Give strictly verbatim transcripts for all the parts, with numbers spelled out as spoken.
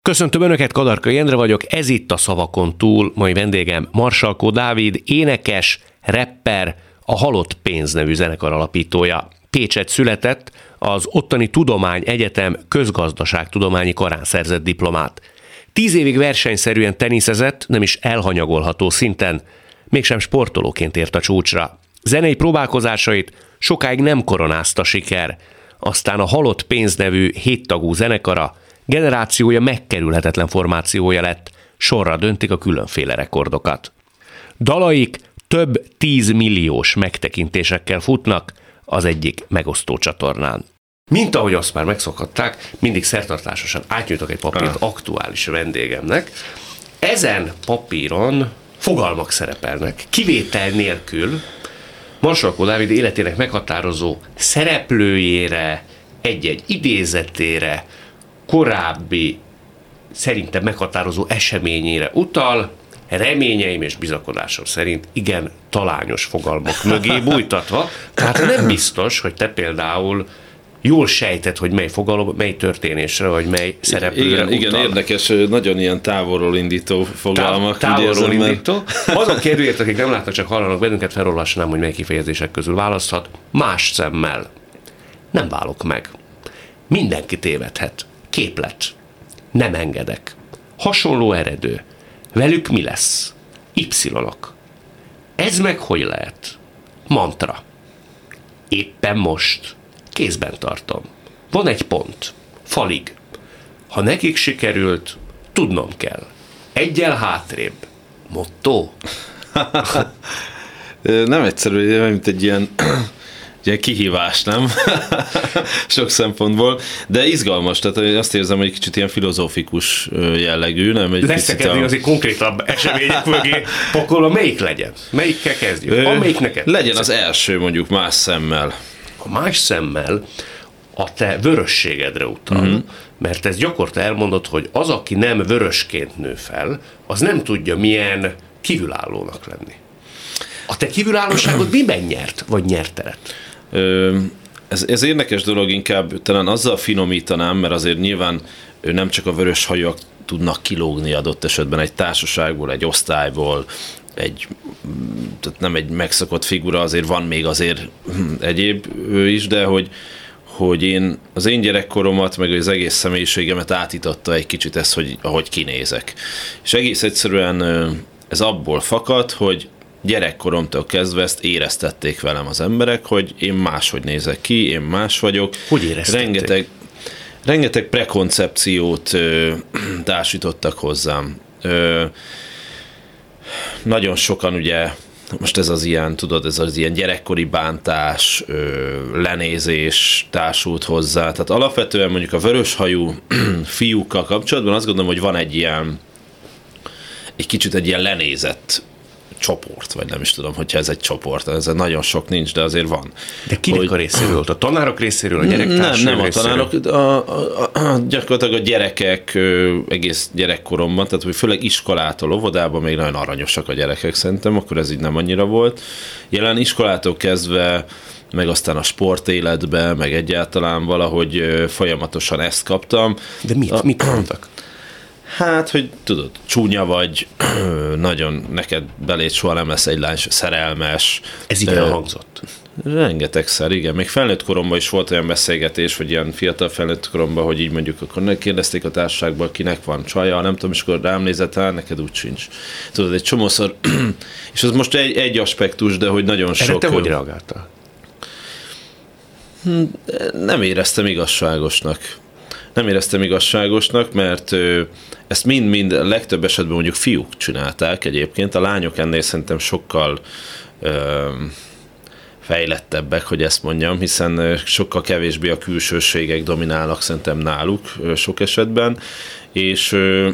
Köszöntöm Önöket, Kadarkai Endre vagyok, ez itt a Szavakon túl, mai vendégem Marsalkó Dávid, énekes, rapper, a Halott Pénz nevű zenekar alapítója. Pécsett született, az ottani Tudományegyetem közgazdaságtudományi karán szerzett diplomát. Tíz évig versenyszerűen teniszezett, nem is elhanyagolható szinten, mégsem sportolóként ért a csúcsra. Zenei próbálkozásait sokáig nem koronázta siker, aztán a Halott Pénz nevű héttagú zenekara generációja megkerülhetetlen formációja lett, sorra döntik a különféle rekordokat. Dalaik több tízmilliós megtekintésekkel futnak az egyik megosztó csatornán. Mint ahogy azt már megszokhatták, mindig szertartásosan átnyújtok egy papírt ah. aktuális vendégemnek. Ezen papíron fogalmak szerepelnek, kivétel nélkül Marsalkó Dávid életének meghatározó szereplőjére, egy-egy idézetére, korábbi, szerintem meghatározó eseményére utal, reményeim és bizakodásom szerint igen talányos fogalmak mögé bújtatva. Tehát nem biztos, hogy te például jól sejted, hogy mely fogalom, mely történésre, vagy mely szereplőre igen, utal. Igen, érdekes, nagyon ilyen távolról indító fogalmak. Tá- távolról indító. Azok kérdőért, akik nem látnak, csak hallanak bennünket, felolvasnám, hogy mely kifejezések közül választhat. Más szemmel. Nem válok meg. Mindenki tévedhet. Képlet. Nem engedek. Hasonló eredő. Velük mi lesz? Y-ok. Ez meg hogy lehet? Mantra. Éppen most. Kézben tartom. Van egy pont. Falig. Ha nekik sikerült, tudnom kell. Egyel hátrébb. Motto? Nem egyszerű, mint egy ilyen, ilyen kihívás, nem? Sok szempontból, de izgalmas, tehát azt érzem, hogy kicsit ilyen filozófikus jellegű, nem egy Leszek eddig azért konkrétabb események mögé pakolva, melyik legyen? Melyikkel kezdjük? Amelyik neked legyen tetszett? Az első, mondjuk más szemmel. A más szemmel a te vörösségedre utal, uh-huh. mert ez gyakorta elmondod, hogy az, aki nem vörösként nő fel, az nem tudja milyen kívülállónak lenni. A te kívülállóságod miben nyert, vagy nyert teret? Ö, ez, ez érdekes dolog, inkább talán azzal finomítanám, mert azért nyilván nem csak a vörös hajúak tudnak kilógni adott esetben egy társaságból, egy osztályból, egy, tehát nem egy megszokott figura, azért van még azért egyéb ő is, de hogy, hogy én az én gyerekkoromat, meg az egész személyiségemet átította egy kicsit ez, hogy ahogy kinézek. És egész egyszerűen ez abból fakad, hogy gyerekkoromtól kezdve ezt éreztették velem az emberek, hogy én máshogy nézek ki, én más vagyok. Hogy éreztették? Rengeteg, rengeteg prekoncepciót ö, társítottak hozzám. Ö, nagyon sokan ugye, most ez az ilyen, tudod, ez az ilyen gyerekkori bántás, ö, lenézés társult hozzá. Tehát alapvetően mondjuk a vöröshajú fiúkkal kapcsolatban azt gondolom, hogy van egy ilyen, egy kicsit egy ilyen lenézett csoport, vagy nem is tudom, hogyha ez egy csoport, ez nagyon sok nincs, de azért van. De kinek hogy... a részéről? A tanárok részéről, a gyerektársak Nem, nem részéről? a tanárok, a, a, a, gyakorlatilag a gyerekek ö, egész gyerekkoromban, tehát hogy főleg iskolától, óvodában még nagyon aranyosak a gyerekek szerintem, akkor ez így nem annyira volt. Jelen iskolától kezdve, meg aztán a sportéletbe, meg egyáltalán valahogy ö, folyamatosan ezt kaptam. De mit? A, mit mondtak? Hát, hogy tudod, csúnya vagy, nagyon neked belét soha nem lesz egy lány, szerelmes. Ez így elhangzott. Rengetegszer, igen. Még felnőtt koromban is volt olyan beszélgetés, vagy ilyen fiatal felnőtt koromban, hogy így mondjuk, akkor kérdezték a társaságban, kinek van csaja, nem tudom, és akkor rám nézett, hát neked úgy sincs. Tudod, egy csomószor, és az most egy, egy aspektus, de hogy nagyon sok... Erre te hogy reagáltál? Nem éreztem igazságosnak. Nem éreztem igazságosnak, mert ö, ezt mind-mind legtöbb esetben mondjuk fiúk csinálták egyébként. A lányok ennél szerintem sokkal ö, fejlettebbek, hogy ezt mondjam, hiszen ö, sokkal kevésbé a külsőségek dominálnak szerintem náluk ö, sok esetben. És ö,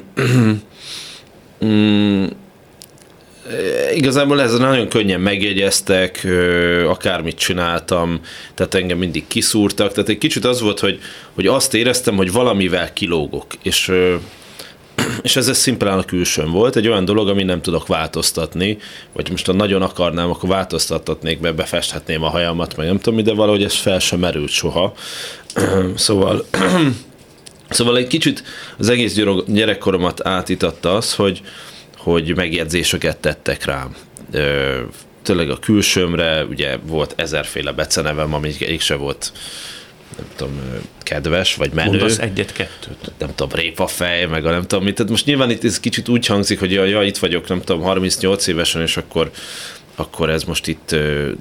mm, igazából ez nagyon könnyen megjegyeztek, akármit csináltam, tehát engem mindig kiszúrtak, tehát egy kicsit az volt, hogy, hogy azt éreztem, hogy valamivel kilógok, és, és ez, ez szimplán a külsőm volt, egy olyan dolog, amit nem tudok változtatni, vagy most ha nagyon akarnám, akkor változtathatnék be, befesthetném a hajamat, meg nem tudom mi, de valahogy ez fel sem merült soha. Szóval Szóval egy kicsit az egész gyerekkoromat átitatta az, hogy, hogy megjegyzéseket tettek rám. Ö, tényleg a külsőmre, ugye volt ezerféle becenevem, amelyik egyik se volt, nem tudom, kedves, vagy menő. Mondasz egyet-kettőt. Nem tudom, répafej, meg a nem tudom mit. Tehát most nyilván itt ez kicsit úgy hangzik, hogy ja, ja, itt vagyok, nem tudom, harmincnyolc évesen, és akkor, akkor ez most itt,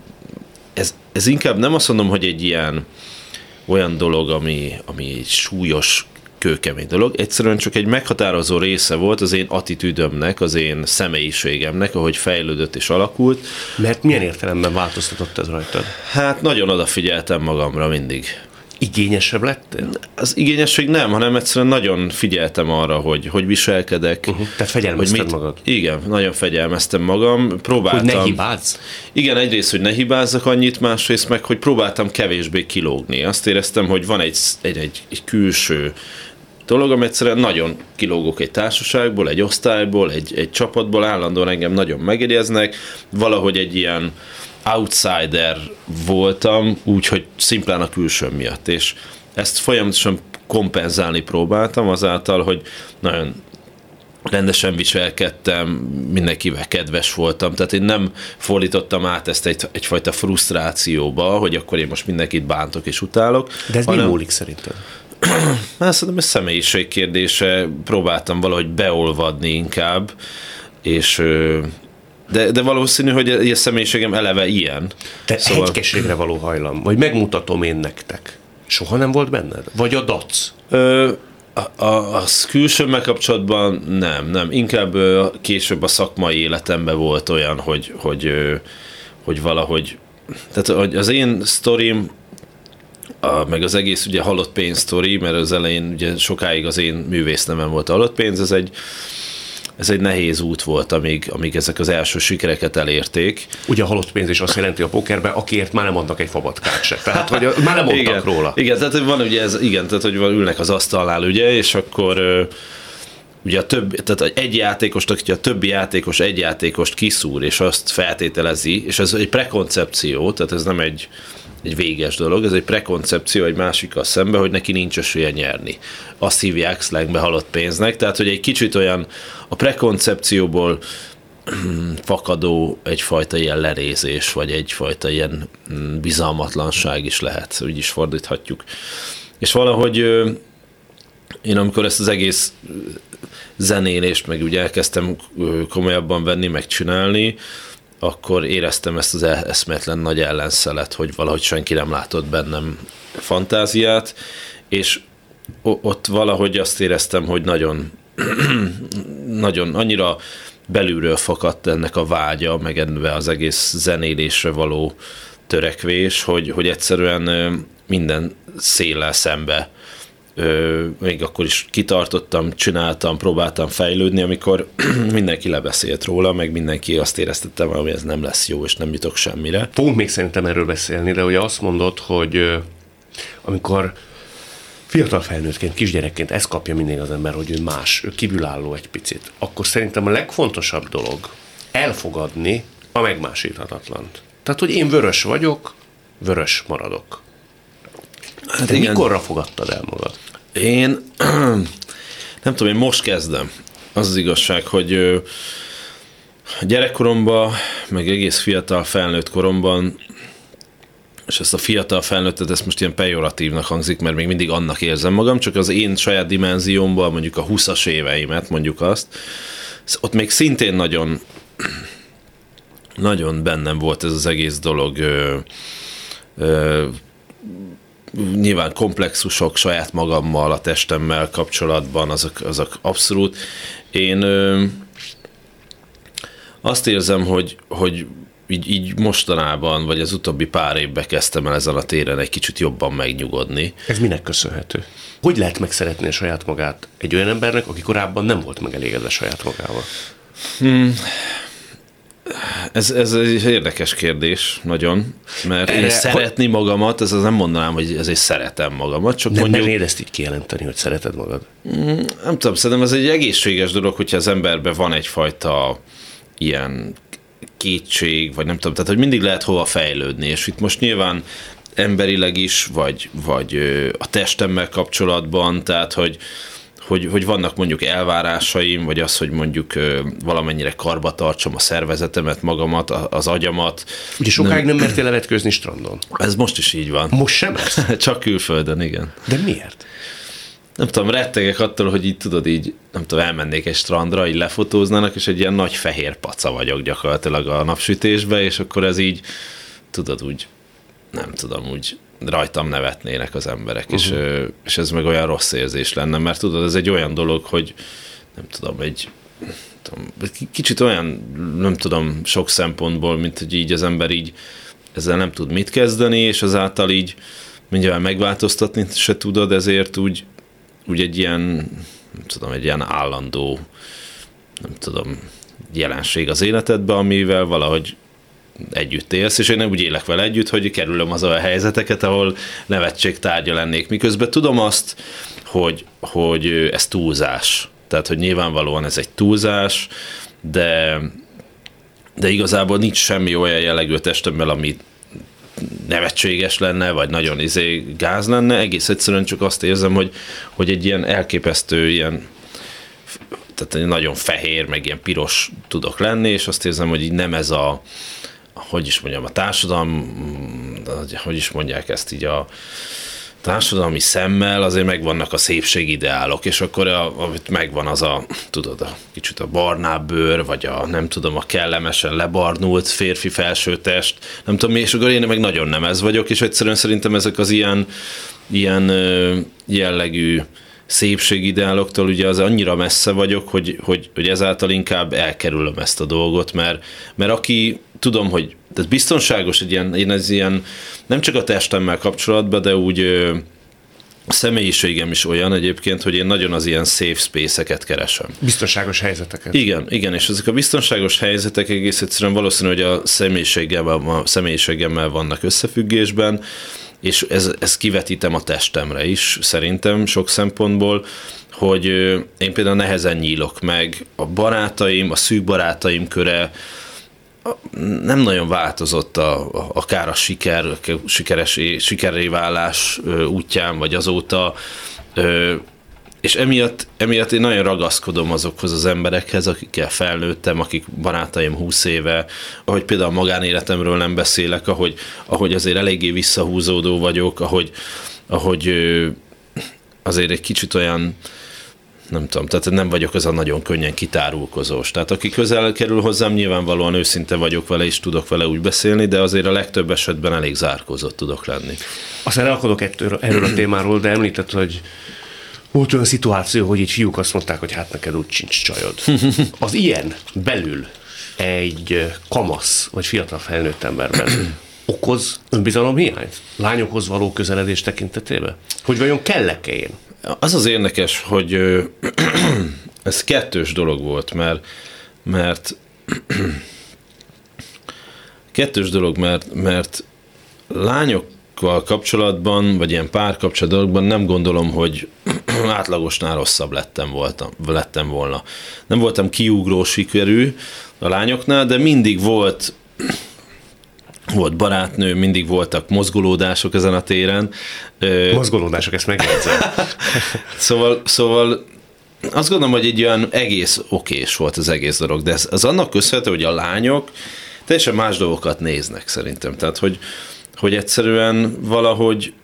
ez, ez inkább nem azt mondom, hogy egy ilyen olyan dolog, ami, ami egy súlyos, kőkemény dolog, egyszerűen csak egy meghatározó része volt az én attitűdömnek, az én személyiségemnek, ahogy fejlődött és alakult. Mert milyen értelemben változtatott ez rajtad? Hát nagyon odafigyeltem magamra mindig. Igényesebb lettél? Az igényesség nem, hanem egyszerűen nagyon figyeltem arra, hogy hogy viselkedek. Uh-huh. Tehát fegyelmezted hogy mit, magad? Igen, nagyon fegyelmeztem magam. Próbáltam, hogy ne hibázz? Igen, egyrészt, hogy ne hibázzak annyit, másrészt meg, hogy próbáltam kevésbé kilógni. Azt éreztem, hogy van egy, egy, egy, egy külső dolog, ami egyszerűen nagyon kilógok egy társaságból, egy osztályból, egy, egy csapatból, állandóan engem nagyon megjegyeznek, valahogy egy ilyen outsider voltam, úgyhogy szimplán a külsőm miatt, és ezt folyamatosan kompenzálni próbáltam azáltal, hogy nagyon rendesen viselkedtem, mindenkivel kedves voltam, tehát én nem fordítottam át ezt egy, egyfajta frusztrációba, hogy akkor én most mindenkit bántok és utálok. De ez hanem, mi múlik szerinted? Hát szerintem ez személyiség kérdése, próbáltam valahogy beolvadni inkább, és de, de valószínű, hogy a személyiségem eleve ilyen. Te szóval... hegykességre való hajlam, vagy megmutatom én nektek. Soha nem volt benned? Vagy a dac? Ö, a, a, az külsőmmel kapcsolatban nem, nem. Inkább ö, később a szakmai életemben volt olyan, hogy, hogy, ö, hogy valahogy, tehát az én sztorim, a, meg az egész ugye halott pénz sztori, mert az elején ugye sokáig az én művésznevem volt a halott pénz, ez egy Ez egy nehéz út volt, amíg, amíg ezek az első sikereket elérték. Ugye a halott pénz is azt jelenti a pokerben, akiért már nem adnak egy fabatkát se. Tehát, hogy már nem mondtak igen, róla. Igen, tehát van ugye ez, igen, tehát hogy ülnek az asztalnál, ugye, és akkor ugye a többi, tehát egy játékos, aki a többi játékos egy játékost kiszúr, és azt feltételezi, és ez egy prekoncepció, tehát ez nem egy egy véges dolog, ez egy prekoncepció egy másikkal szemben, hogy neki nincs esélye nyerni. Azt hívják slangbe halott pénznek, tehát hogy egy kicsit olyan a prekoncepcióból fakadó egyfajta ilyen lerézés, vagy egyfajta ilyen bizalmatlanság is lehet, úgy is fordíthatjuk. És valahogy én amikor ezt az egész zenélést meg úgy elkezdtem komolyabban venni, megcsinálni, akkor éreztem ezt az eszméletlen nagy ellenszelet, hogy valahogy senki nem látott bennem fantáziát, és ott valahogy azt éreztem, hogy nagyon, nagyon annyira belülről fakadt ennek a vágya, meg ebbe az egész zenélésre való törekvés, hogy, hogy egyszerűen minden széllel szembe Ö, még akkor is kitartottam, csináltam, próbáltam fejlődni, amikor mindenki lebeszélt róla, meg mindenki azt éreztettem, hogy ez nem lesz jó, és nem jutok semmire. Fogunk még szerintem erről beszélni, de ugye azt mondod, hogy ö, amikor fiatal felnőttként, kisgyerekként ezt kapja mindig az ember, hogy ő más, ő kívülálló egy picit, akkor szerintem a legfontosabb dolog elfogadni a megmásíthatatlant. Tehát, hogy én vörös vagyok, vörös maradok. Hát de igen. Mikorra fogadtad el magad? Én nem tudom, én most kezdem. Az az igazság, hogy gyerekkoromban, meg egész fiatal felnőtt koromban, és ezt a fiatal felnőttet, ezt most ilyen pejoratívnak hangzik, mert még mindig annak érzem magam, csak az én saját dimenziómban, mondjuk a huszas éveimet, mondjuk azt, ott még szintén nagyon, nagyon bennem volt ez az egész dolog, ö, ö, nyilván komplexusok saját magammal, a testemmel kapcsolatban, azok, azok abszolút. Én ö, azt érzem, hogy, hogy így, így mostanában, vagy az utóbbi pár évben kezdtem el ezen a téren egy kicsit jobban megnyugodni. Ez minek köszönhető? Hogy lehet megszeretni a saját magát egy olyan embernek, aki korábban nem volt megelégedve saját magával? Hmm. Ez, ez egy érdekes kérdés, nagyon, mert én szeretni magamat, ez az nem mondanám, hogy ezért szeretem magamat, csak nem, mondjuk... Nem érezt így kijelenteni, hogy szereted magad? Nem tudom, szerintem ez egy egészséges dolog, hogyha az emberben van egyfajta ilyen kétség, vagy nem tudom, tehát hogy mindig lehet hova fejlődni, és itt most nyilván emberileg is, vagy, vagy a testemmel kapcsolatban, tehát hogy, hogy, hogy vannak mondjuk elvárásaim, vagy az, hogy mondjuk valamennyire karba tartsam a szervezetemet, magamat, az agyamat. Ugye sokáig nem mertél levetkőzni strandon? Ez most is így van. Most sem ez? Csak külföldön, igen. De miért? Nem tudom, rettegek attól, hogy így tudod, így nem tudom, elmennék egy strandra, így lefotóznának, és egy ilyen nagy fehér paca vagyok gyakorlatilag a napsütésbe, és akkor ez így, tudod, úgy, nem tudom, úgy rajtam nevetnének az emberek, uh-huh. és, és ez meg olyan rossz érzés lenne, mert tudod, ez egy olyan dolog, hogy nem tudom, egy tudom, kicsit olyan, nem tudom, sok szempontból, mint hogy így az ember így ezzel nem tud mit kezdeni, és azáltal így mindjárt megváltoztatni se tudod, ezért úgy, úgy egy ilyen, nem tudom, egy ilyen állandó, nem tudom, jelenség az életedben, amivel valahogy együtt élsz, és én nem úgy élek vele együtt, hogy kerülöm az olyan helyzeteket, ahol nevetségtárgya lennék. Miközben tudom azt, hogy, hogy ez túlzás. Tehát, hogy nyilvánvalóan ez egy túlzás, de, de igazából nincs semmi olyan jellegű testemmel, ami nevetséges lenne, vagy nagyon izé gáz lenne. Egész egyszerűen csak azt érzem, hogy, hogy egy ilyen elképesztő, ilyen tehát nagyon fehér, meg ilyen piros tudok lenni, és azt érzem, hogy így nem ez a hogy is mondjam, a társadalom, hogy is mondják ezt így a társadalmi szemmel, azért megvannak a szépségideálok, és akkor a, megvan az a, tudod, a kicsit a barnább bőr, vagy a nem tudom, a kellemesen lebarnult férfi felsőtest, nem tudom mi, és akkor én meg nagyon nem ez vagyok, és egyszerűen szerintem ezek az ilyen, ilyen jellegű szépségideáloktól ugye az annyira messze vagyok, hogy, hogy, hogy ezáltal inkább elkerülöm ezt a dolgot, mert, mert aki, tudom, hogy tehát biztonságos egy ilyen, én ez ilyen, nem csak a testemmel kapcsolatban, de úgy ö, a személyiségem is olyan egyébként, hogy én nagyon az ilyen safe space-eket keresem. Biztonságos helyzeteket. Igen, igen, és ezek a biztonságos helyzetek egész egyszerűen valószínű, hogy a személyiségemmel, a személyiségemmel vannak összefüggésben, és ez, ez kivetítem a testemre is, szerintem sok szempontból, hogy én például nehezen nyílok meg, a barátaim, a szűk barátaim köre nem nagyon változott a, a, akár a siker, sikeres, sikerré válás útján, vagy azóta, és emiatt, emiatt én nagyon ragaszkodom azokhoz az emberekhez, akikkel felnőttem, akik barátaim húsz éve, ahogy például a magánéletemről nem beszélek, ahogy, ahogy azért eléggé visszahúzódó vagyok, ahogy, ahogy azért egy kicsit olyan, nem tudom, tehát nem vagyok az a nagyon könnyen kitárulkozós. Tehát aki közel kerül hozzám, nyilvánvalóan őszinte vagyok vele, és tudok vele úgy beszélni, de azért a legtöbb esetben elég zárkózott tudok lenni. Aztán elakadok ettől, erről a témáról, de említett, hogy volt olyan szituáció, hogy így fiúk azt mondták, hogy hát neked úgy sincs csajod. Az ilyen belül egy kamasz, vagy fiatal felnőtt emberben okoz önbizalomhiányt? Lányokhoz való közeledés tekintetében? Hogy vajon kellek-e én? Az az érdekes, hogy ez kettős dolog volt, mert, mert kettős dolog, mert, mert lányokkal kapcsolatban, vagy ilyen párkapcsolatban nem gondolom, hogy átlagosnál rosszabb lettem, voltam, lettem volna. Nem voltam kiugró sikerű a lányoknál, de mindig volt volt barátnő, mindig voltak mozgolódások ezen a téren. Mozgolódások, ezt megjegyzem. szóval, szóval azt gondolom, hogy egy olyan egész okés volt az egész dolog, de ez, az annak köszönhető, hogy a lányok teljesen más dolgokat néznek szerintem. Tehát, hogy, hogy egyszerűen valahogy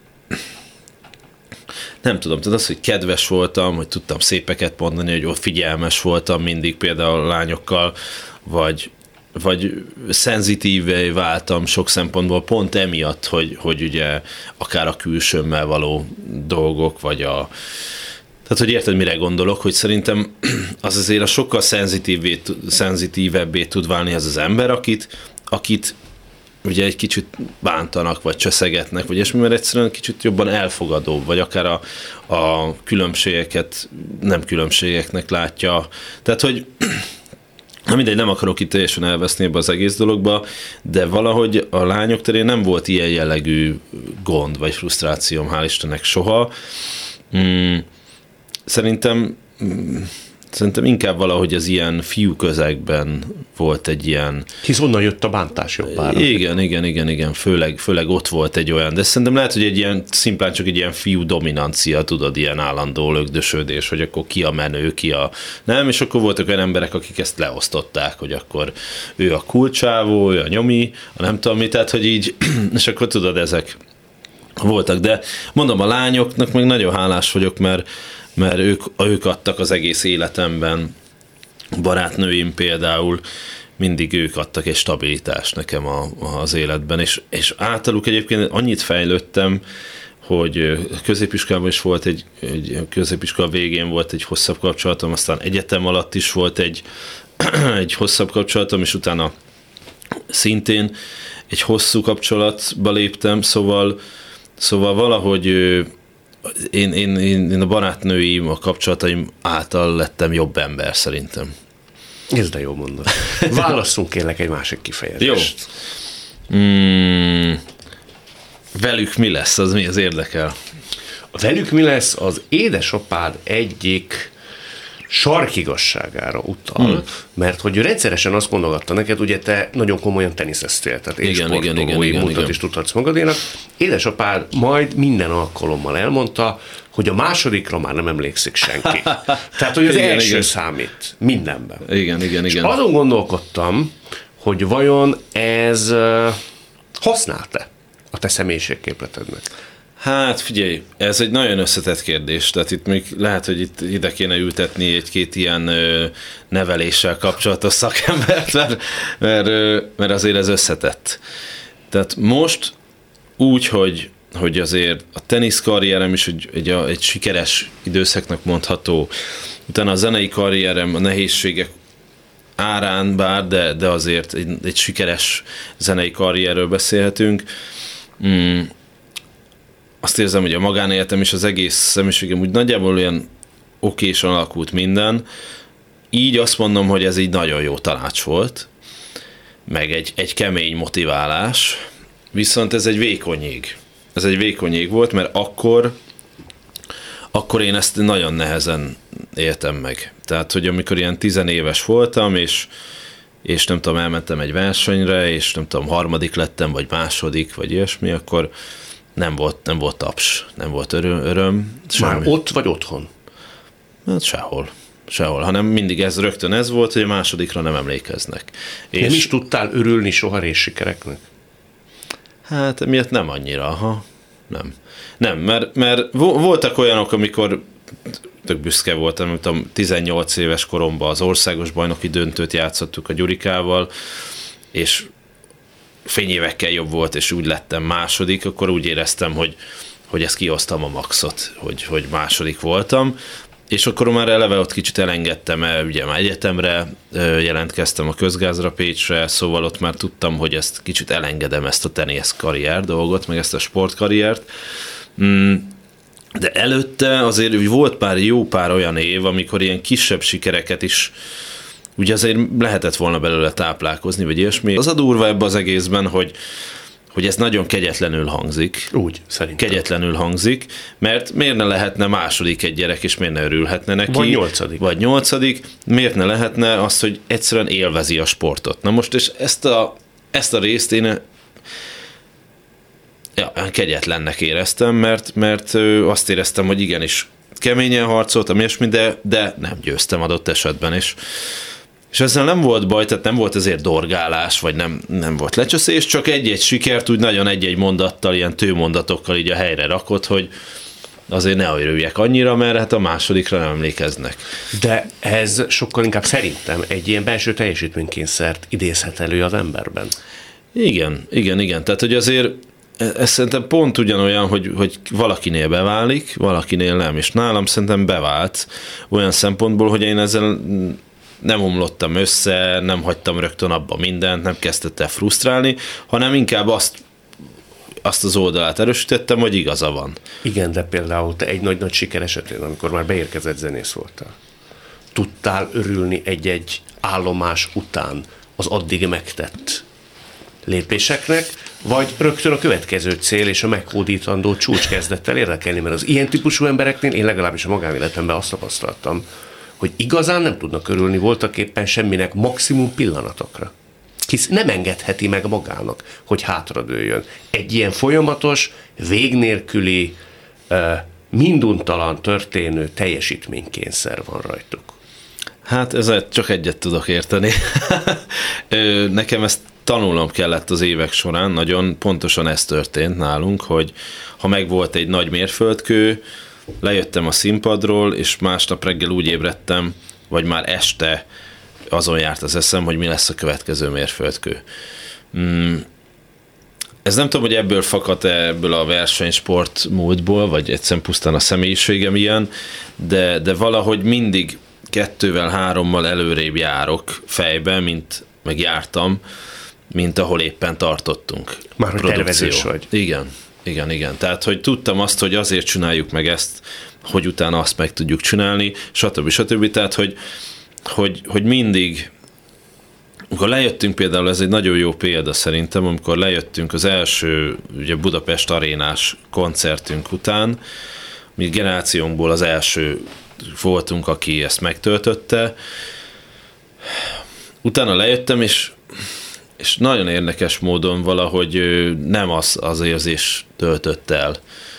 nem tudom, tehát az, hogy kedves voltam, hogy tudtam szépeket mondani, hogy figyelmes voltam mindig például a lányokkal, vagy vagy szenzitívé váltam sok szempontból pont emiatt, hogy, hogy ugye akár a külsőmmel való dolgok, vagy a... Tehát, hogy érted, mire gondolok, hogy szerintem az azért a sokkal szenzitívebbé tud válni az az ember, akit, akit ugye egy kicsit bántanak, vagy cseszegetnek, vagy ilyesmi, mert egyszerűen kicsit jobban elfogadó, vagy akár a, a különbségeket nem különbségeknek látja. Tehát, hogy na mindegy, nem akarok itt teljesen elveszni ebbe az egész dologba, de valahogy a lányok terén nem volt ilyen jellegű gond, vagy frusztrációm, hál' Istennek soha. Mm, szerintem mm, Szerintem inkább valahogy az ilyen fiú közegben volt egy ilyen... Hisz onnan jött a bántás jobbára. Igen, igen, igen, igen, főleg, főleg ott volt egy olyan, de szerintem lehet, hogy egy ilyen, szimplán csak egy ilyen fiú dominancia, tudod, ilyen állandó lögdösödés, hogy akkor ki a menő, ki a... Nem, és akkor voltak olyan emberek, akik ezt leosztották, hogy akkor ő a kulcsávó, ő a nyomi, a nem tudom mi, tehát, hogy így, és akkor tudod, ezek voltak, de mondom, a lányoknak meg nagyon hálás vagyok, mert mert ők, ők adtak az egész életemben, barátnőim például, mindig ők adtak egy stabilitást nekem a, az életben, és, és általuk egyébként annyit fejlődtem, hogy középiskolában is volt egy, egy középiskola végén volt egy hosszabb kapcsolatom, aztán egyetem alatt is volt egy, egy hosszabb kapcsolatom, és utána szintén egy hosszú kapcsolatba léptem, szóval, szóval valahogy Én, én, én a barátnőim, a kapcsolataim által lettem jobb ember, szerintem. Ez de jó mondod. Válasszunk kérlek egy másik kifejezést. Jó. Mm, velük mi lesz? Az mi az érdekel? Velük mi lesz? Az édesapád egyik sarkigasságára utal, hmm. mert hogy ő rendszeresen azt mondogatta neked, ugye te nagyon komolyan teniszeztél, tehát én sportolói múltat is tudhatsz magadénak. Édesapád majd minden alkalommal elmondta, hogy a másodikra már nem emlékszik senki. Tehát, hogy az igen, első igen. számít mindenben. Igen, igen, és igen. azon gondolkodtam, hogy vajon ez uh, használt-e a te személyiségképletednek? Hát figyelj, ez egy nagyon összetett kérdés, tehát itt még lehet, hogy itt ide kéne ültetni egy-két ilyen ö, neveléssel kapcsolatos szakembert, mert, mert, ö, mert azért ez összetett. Tehát most úgy, hogy, hogy azért a teniszkarrierem is egy, egy, egy sikeres időszaknak mondható, utána a zenei karrierem, a nehézségek árán bár, de, de azért egy, egy sikeres zenei karrierről beszélhetünk. Mm. Azt érzem, hogy a magánéletem és az egész személyiségem úgy nagyjából olyan okésan alakult minden. Így azt mondom, hogy ez egy nagyon jó tanács volt, meg egy, egy kemény motiválás, viszont ez egy vékony jég. Ez egy vékony jég volt, mert akkor, akkor én ezt nagyon nehezen éltem meg. Tehát, hogy amikor ilyen tizenéves voltam, és, és nem tudom, elmentem egy versenyre, és nem tudom, harmadik lettem, vagy második, vagy ilyesmi, akkor Nem volt, nem volt taps, nem volt öröm. öröm Már ott vagy otthon? Hát sehol. Sehol, hanem mindig ez rögtön ez volt, hogy a másodikra nem emlékeznek. Nem és is tudtál örülni soha részsikereknek? Hát miatt nem annyira, aha. Nem. Nem, mert, mert voltak olyanok, amikor tök büszke voltam, nem tudom, tizennyolc éves koromban az országos bajnoki döntőt játszottuk a Gyurikával, és fényévekkel jobb volt, és úgy lettem második, akkor úgy éreztem, hogy, hogy ezt kihoztam a maxot, hogy, hogy második voltam, és akkor már eleve ott kicsit elengedtem el, ugye már egyetemre jelentkeztem a Közgázra Pécsre, szóval ott már tudtam, hogy ezt kicsit elengedem, ezt a tenisz karrier dolgot, meg ezt a sportkarriert. De előtte azért volt pár jó pár olyan év, amikor ilyen kisebb sikereket is ugye azért lehetett volna belőle táplálkozni, vagy ilyesmi. Az a durva ebbe az egészben, hogy, hogy ez nagyon kegyetlenül hangzik. Úgy, szerintem. Kegyetlenül hangzik, mert miért ne lehetne második egy gyerek, és miért ne örülhetne neki? Vagy nyolcadik. Vagy nyolcadik. Miért ne lehetne azt, hogy egyszerűen élvezi a sportot? Na most, és ezt a, ezt a részt én ja, kegyetlennek éreztem, mert, mert azt éreztem, hogy igenis keményen harcoltam, ilyesmi, de, de nem győztem adott esetben, és És ezzel nem volt baj, tehát nem volt ezért dorgálás, vagy nem, nem volt lecseszés, csak egy-egy sikert úgy nagyon egy-egy mondattal, ilyen tőmondatokkal így a helyre rakott, hogy azért ne örüljek annyira, mert hát a másodikra nem emlékeznek. De ez sokkal inkább szerintem egy ilyen belső teljesítménykényszert idézhet elő az emberben. Igen, igen, igen. Tehát, hogy azért ez szerintem pont ugyanolyan, hogy, hogy valakinél beválik, valakinél nem, és nálam szerintem bevált olyan szempontból, hogy én ezzel nem omlottam össze, nem hagytam rögtön abba mindent, nem kezdett el frusztrálni, hanem inkább azt, azt az oldalát erősítettem, hogy igaza van. Igen, de például te egy nagy-nagy siker esetén, amikor már beérkezett zenész voltál, tudtál örülni egy-egy állomás után az addig megtett lépéseknek, vagy rögtön a következő cél és a meghódítandó csúcs kezdett el érdekelni, mert az ilyen típusú embereknél én legalábbis a magánéletemben azt tapasztaltam, hogy igazán nem tudnak örülni voltak éppen semminek, maximum pillanatokra. Hisz nem engedheti meg magának, hogy hátradőljön. Egy ilyen folyamatos, vég nélküli, minduntalan történő teljesítménykényszer van rajtuk. Hát ezzel csak egyet tudok érteni. Nekem ezt tanulnom kellett az évek során, nagyon pontosan ez történt nálunk, hogy ha megvolt egy nagy mérföldkő, lejöttem a színpadról, és másnap reggel úgy ébredtem, vagy már este azon járt az eszem, hogy mi lesz a következő mérföldkő. Ez nem tudom, hogy ebből fakad-e ebből a versenysport múltból, vagy egyszerűen pusztán a személyiségem ilyen, de, de valahogy mindig kettővel, hárommal előrébb járok fejbe, mint meg jártam, mint ahol éppen tartottunk. Már hogy tervezős vagy. Igen, igen, igen. Tehát, hogy tudtam azt, hogy azért csináljuk meg ezt, hogy utána azt meg tudjuk csinálni, stb. stb. Tehát, hogy, hogy, hogy mindig, amikor lejöttünk például, ez egy nagyon jó példa szerintem, amikor lejöttünk az első ugye Budapest arénás koncertünk után, mi generációnkból az első voltunk, aki ezt megtöltötte. Utána lejöttem, és, és nagyon érdekes módon valahogy nem az, az érzés töltött el,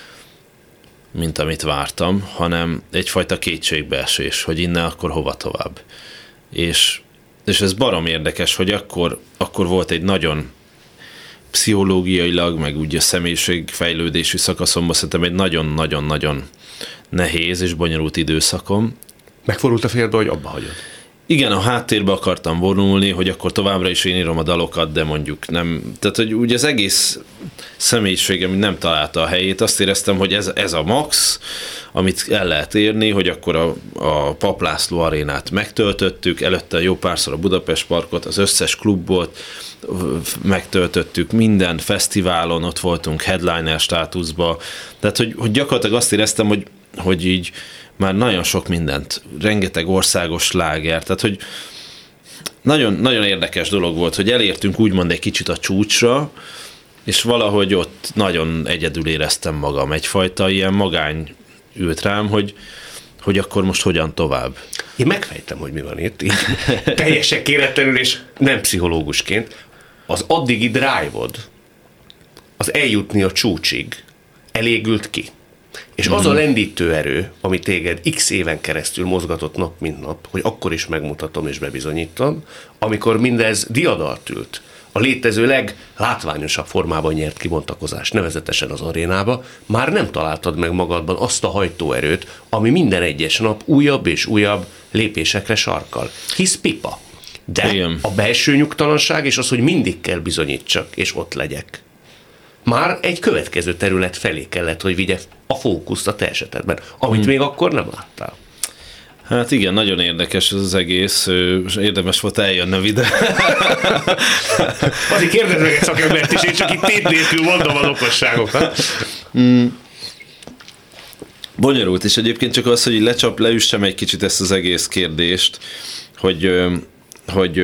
mint amit vártam, hanem egyfajta kétségbeesés, hogy innen akkor hova tovább. És, és ez barom érdekes, hogy akkor, akkor volt egy nagyon pszichológiailag, meg úgy a személyiségfejlődési szakaszomban szerintem egy nagyon-nagyon-nagyon nehéz és bonyolult időszakom. Megfordult a fejedbe, hogy abba hagyod? Igen, a háttérbe akartam vonulni, hogy akkor továbbra is én írom a dalokat, de mondjuk nem. Tehát, hogy ugye az egész személyiségem nem találta a helyét. Azt éreztem, hogy ez, ez a max, amit el lehet érni, hogy akkor a, a Papp László arénát megtöltöttük, előtte jó párszor a Budapest Parkot, az összes klubot megtöltöttük, minden fesztiválon ott voltunk headliner státuszba. Tehát, hogy, hogy gyakorlatilag azt éreztem, hogy, hogy így már nagyon sok mindent, rengeteg országos sláger, tehát hogy nagyon, nagyon érdekes dolog volt, hogy elértünk úgymond egy kicsit a csúcsra, és valahogy ott nagyon egyedül éreztem magam, egyfajta ilyen magány ült rám, hogy, hogy akkor most hogyan tovább. Én megfejtem, hogy mi van itt, így teljesen kéretlenül és nem pszichológusként. Az addigi drive-od, az eljutni a csúcsig elégült ki. És az a lendítő erő, ami téged x éven keresztül mozgatott nap, mint nap, hogy akkor is megmutatom és bebizonyítom, amikor mindez diadalt ült, a létező leglátványosabb formában nyert kibontakozást, nevezetesen az arénába, már nem találtad meg magadban azt a hajtóerőt, ami minden egyes nap újabb és újabb lépésekre sarkal. Hisz pipa. De igen, a belső nyugtalanság és az, hogy mindig kell bizonyítsak, és ott legyek, már egy következő terület felé kellett, hogy vigye a fókuszt a te esetedben, amit hmm. még akkor nem láttál. Hát igen, nagyon érdekes ez az egész, érdemes volt eljönnem ide. Azért kérdezz meg egy szakembert is, én csak itt tét nélkül mondom az okosságokat. Hmm. Bonyolult, és egyébként csak az, hogy lecsap, leüssem egy kicsit ezt az egész kérdést, hogy, hogy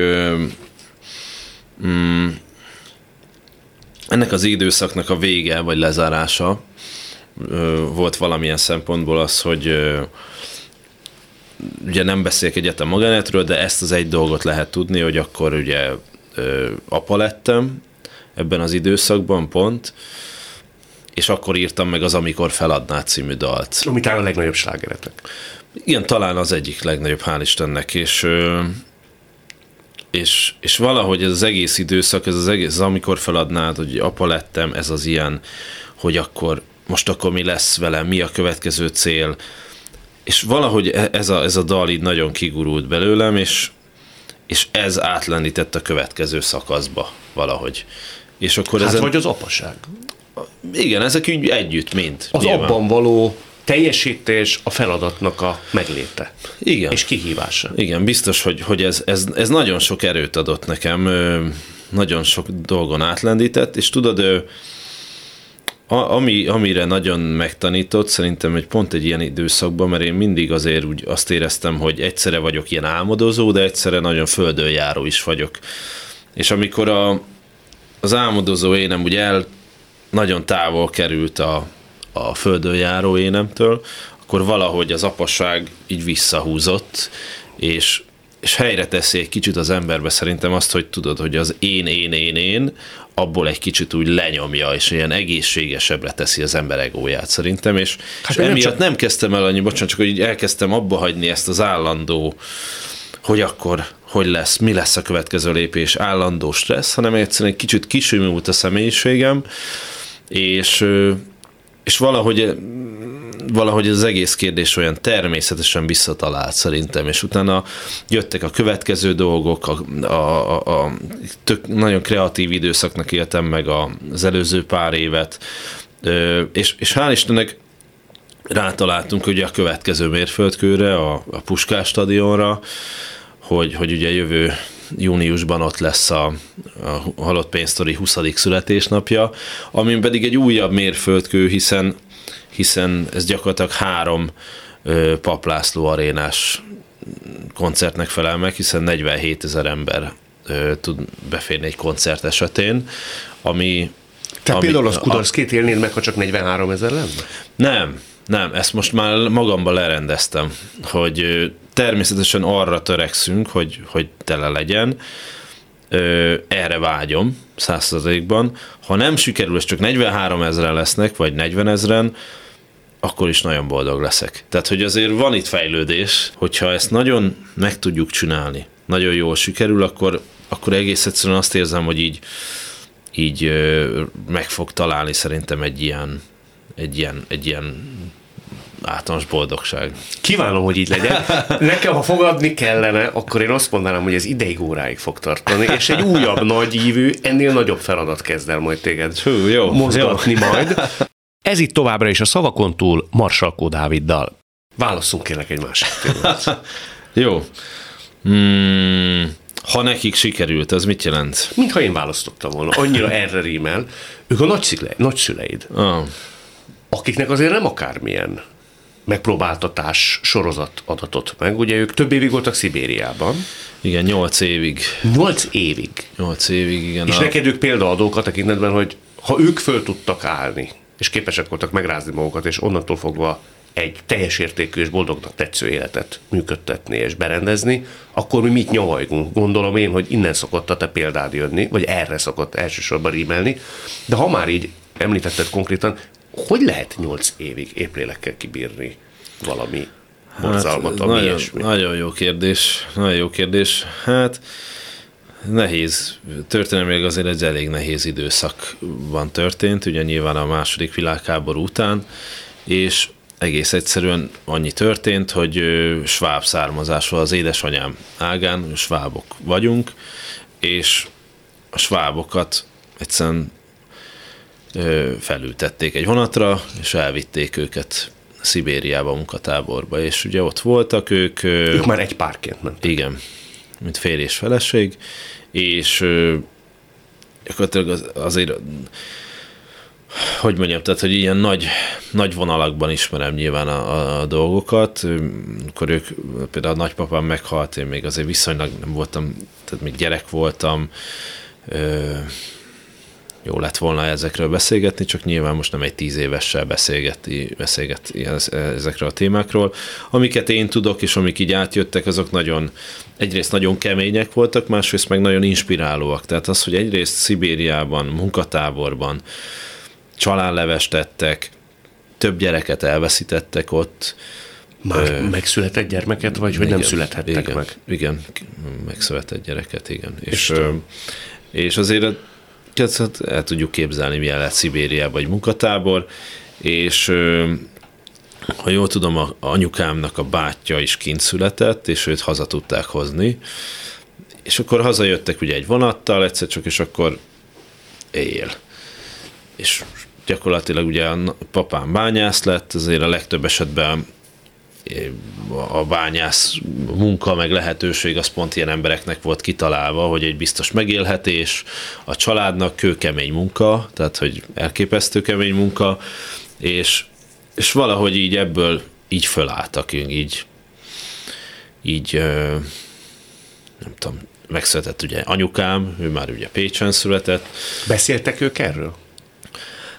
hmm, ennek az időszaknak a vége, vagy lezárása volt valamilyen szempontból az, hogy ugye nem beszélek egyetem magánéletről, de ezt az egy dolgot lehet tudni, hogy akkor ugye apa lettem ebben az időszakban pont, és akkor írtam meg az Amikor feladnád című dalt. Ami talán a legnagyobb slágeretek. Igen, talán az egyik legnagyobb, hál' Istennek, és És, és valahogy ez az egész időszak, ez az egész, az Amikor feladnád, hogy apa lettem, ez az ilyen, hogy akkor, most akkor mi lesz velem, mi a következő cél, és valahogy ez a, ez a dal így nagyon kigurult belőlem, és, és ez átlendített a következő szakaszba valahogy. És akkor hát ezen, vagy az apaság. Igen, ezek így együtt mind. Az nyilván. Abban való teljesítés, a feladatnak a megléte. Igen. És kihívása. Igen, biztos, hogy, hogy ez, ez, ez nagyon sok erőt adott nekem, nagyon sok dolgon átlendített, és tudod, ami, amire nagyon megtanított, szerintem egy pont egy ilyen időszakban, mert én mindig azért úgy azt éreztem, hogy egyszerre vagyok ilyen álmodozó, de egyszerre nagyon földönjáró is vagyok. És amikor a, az álmodozó énem ugye el nagyon távol került a a földönjáró énemtől, akkor valahogy az apaság így visszahúzott, és, és helyre teszi egy kicsit az emberbe szerintem azt, hogy tudod, hogy az én, én, én, én, abból egy kicsit úgy lenyomja, és ilyen egészségesebbre teszi az ember egóját szerintem, és, hát és emiatt nem, csak... nem kezdtem el annyi, bocsánat, csak hogy így elkezdtem abba hagyni ezt az állandó, hogy akkor hogy lesz, mi lesz a következő lépés, állandó stressz, hanem egyszerűen egy kicsit kisümült a személyiségem, és, és valahogy, valahogy az egész kérdés olyan természetesen visszatalált szerintem, és utána jöttek a következő dolgok, a, a, a, a tök, nagyon kreatív időszaknak éltem meg az előző pár évet, és, és hál' Istennek rátaláltunk ugye a következő mérföldkőre, a, a Puskás stadionra, hogy, hogy ugye jövő júniusban ott lesz a, a Halott Pénztori huszadik születésnapja, amin pedig egy újabb mérföldkő, hiszen, hiszen ez gyakorlatilag három ö, Papp László arénás koncertnek felel meg, hiszen negyvenhétezer ember ö, tud beférni egy koncert esetén, ami... Tehát ami, például az Kudarszkét élnéd meg, ha csak negyvenhárom ezer lenne? Nem, nem, ezt most már magamban lerendeztem, hogy természetesen arra törekszünk, hogy, hogy tele legyen, erre vágyom száz százalékban. Ha nem sikerül, és csak negyvenhárom ezeren lesznek, vagy negyven ezeren, akkor is nagyon boldog leszek. Tehát, hogy azért van itt fejlődés, hogyha ezt nagyon meg tudjuk csinálni, nagyon jól sikerül, akkor, akkor egész egyszerűen azt érzem, hogy így, így meg fog találni szerintem egy ilyen, egy ilyen, egy ilyen általános boldogság. Kívánom, hogy így legyen. Nekem, ha fogadni kellene, akkor én azt mondanám, hogy ez ideig óráig fog tartani, és egy újabb nagyívű, ennél nagyobb feladat kezd el majd téged Hú, jó, mozgatni jó. majd. Ez itt továbbra is a Szavakon túl Marsalkó Dáviddal. Válasszunk kérlek egy másik témát. Jó. Hmm, ha nekik sikerült, az mit jelent? Mintha én választottam volna. Annyira erre rímel. Ők a nagyszüleid, nagyszüleid ah. akiknek azért nem akármilyen megpróbáltatás sorozat adatot meg. Ugye ők több évig voltak Szibériában. Igen, nyolc évig. Nyolc évig? Nyolc évig, igen. És a... neked ők példaadók a tekintetben, hogy ha ők föl tudtak állni, és képesek voltak megrázni magukat, és onnantól fogva egy teljes értékű és boldognak tetsző életet működtetni és berendezni, akkor mi mit nyavajgunk? Gondolom én, hogy innen szokott a te példád jönni, vagy erre szokott elsősorban rímelni. De ha már így említetted konkrétan, hogy lehet nyolc évig épplélekkel kibírni valami borzalmat, hát, ami nagyon, ilyesmi? Nagyon jó kérdés, nagyon jó kérdés. Hát nehéz, történelmileg azért egy elég nehéz időszakban történt, ugye nyilván a második világháború után, és egész egyszerűen annyi történt, hogy sváb származású az édesanyám ágán, svábok vagyunk, és a svábokat egyszerűen felültették egy vonatra, és elvitték őket Szibériába, munkatáborba, és ugye ott voltak ők. Ők már egy párként mentek. Igen, mint férj és feleség, és gyakorlatilag azért, hogy mondjam, tehát, hogy ilyen nagy, nagy vonalakban ismerem nyilván a, a, a dolgokat, akkor ők, például a nagypapám meghalt, én még azért viszonylag nem voltam, tehát még gyerek voltam, jó lett volna ezekről beszélgetni, csak nyilván most nem egy tíz évessel beszélgetni, beszélgetni ezekről a témákról. Amiket én tudok, és amik így átjöttek, azok nagyon, egyrészt nagyon kemények voltak, másrészt meg nagyon inspirálóak. Tehát az, hogy egyrészt Szibériában, munkatáborban családlevest tettek, több gyereket elveszítettek ott. Már ö, megszületett gyermeket, vagy igen, hogy nem születhettek igen, meg? Igen, megszületett gyereket, igen. És, és, és azért hát el tudjuk képzelni, milyen lett Szibériában vagy munkatábor, és ha jól tudom, a anyukámnak a bátyja is kint született, és őt haza tudták hozni, és akkor hazajöttek ugye egy vonattal egyszer csak, és akkor él. És gyakorlatilag ugye a papám bányász lett, azért a legtöbb esetben a bányász munka meg lehetőség az pont ilyen embereknek volt kitalálva, hogy egy biztos megélhetés, a családnak kőkemény munka, tehát hogy elképesztő kemény munka, és, és valahogy így ebből így fölálltak, így, így nem tudom, megszületett ugye anyukám, ő már ugye Pécsen született. Beszéltek ők erről?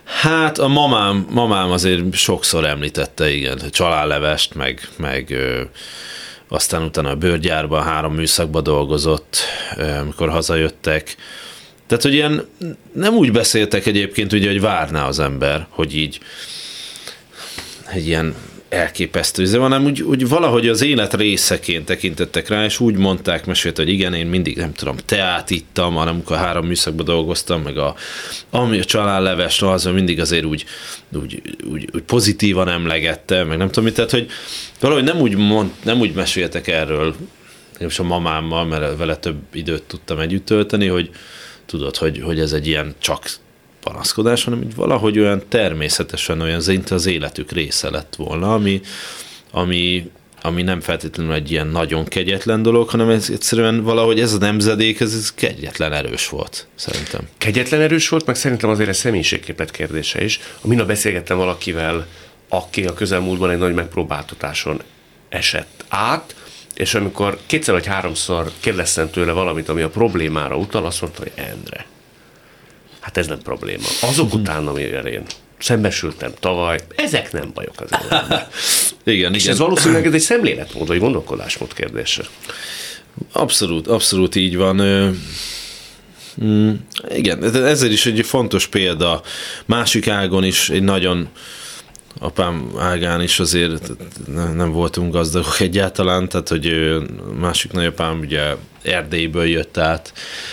Hát a mamám, mamám azért sokszor említette, igen, családlevest, meg, meg ö, aztán utána a bőrgyárban három műszakban dolgozott, ö, amikor hazajöttek. Tehát, hogy ilyen nem úgy beszéltek egyébként, ugye, hogy várná az ember, hogy így egy ilyen elképesztő, hanem úgy, úgy valahogy az élet részeként tekintettek rá, és úgy mondták, mesélt, hogy igen, én mindig, nem tudom, teát ittam, hanem amikor három műszakban dolgoztam, meg a, ami a családleves, az mindig azért úgy, úgy, úgy, úgy pozitívan emlegette, meg nem tudom mit, tehát, hogy valahogy nem úgy, mond, nem úgy meséltek erről, most a mamámmal, mert vele több időt tudtam együtt tölteni, hogy tudod, hogy, hogy ez egy ilyen csak panaszkodás, hanem így valahogy olyan természetesen olyan az életük része lett volna, ami, ami, ami nem feltétlenül egy ilyen nagyon kegyetlen dolog, hanem ez egyszerűen valahogy ez a nemzedék, ez, ez kegyetlen erős volt, szerintem. Kegyetlen erős volt, meg szerintem azért ez személyiségképlet kérdése is. A minap beszélgettem valakivel, aki a közelmúltban egy nagy megpróbáltatáson esett át, és amikor kétszer vagy háromszor kérdeztem tőle valamit, ami a problémára utal, azt mondta, hogy Endre, hát ez nem probléma. Azok után, amire én szembesültem tavaly, ezek nem bajok az életben. Igen, és igen. ez valószínűleg ez egy szemléletmód, vagy gondolkodásmód kérdése. Abszolút, abszolút így van. Mm, igen, ezért is egy fontos példa. Másik ágon is egy nagyon, apám ágán is azért nem voltunk gazdagok egyáltalán, tehát hogy másik nagyapám ugye Erdélyből jött át,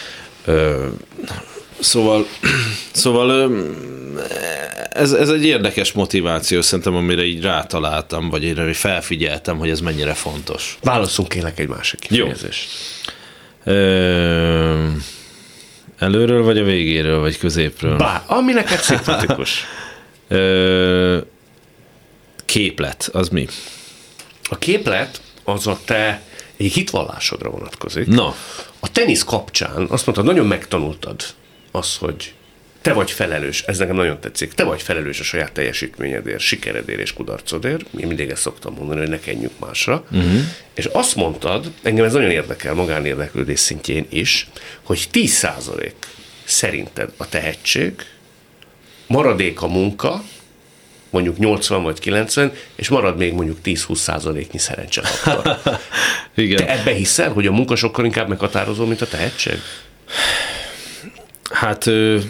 Szóval, szóval ez, ez egy érdekes motiváció szerintem, amire így rátaláltam, vagy én felfigyeltem, hogy ez mennyire fontos. Válasszunk kérlek egy másik kifejezést. Ö, előről, vagy a végéről, vagy középről? Bár, ami neked szimpatikus. Ö, képlet, az mi? A képlet az a te egy hitvallásodra vonatkozik. Na. A tenisz kapcsán azt mondtad, nagyon megtanultad az, hogy te vagy felelős, ez nekem nagyon tetszik, te vagy felelős a saját teljesítményedért, sikeredért és kudarcodért, én mindig ezt szoktam mondani, hogy ne kenjünk másra, uh-huh. és azt mondtad, engem ez nagyon érdekel, magánérdeklődés szintjén is, hogy tíz százalék szerinted a tehetség, maradék a munka, mondjuk nyolcvan vagy kilencven, és marad még mondjuk tíz-húsz százaléknyi szerencsefaktor. Igen. Te ebbe hiszel, hogy a munka sokkal inkább meghatározó, mint a tehetség? Hát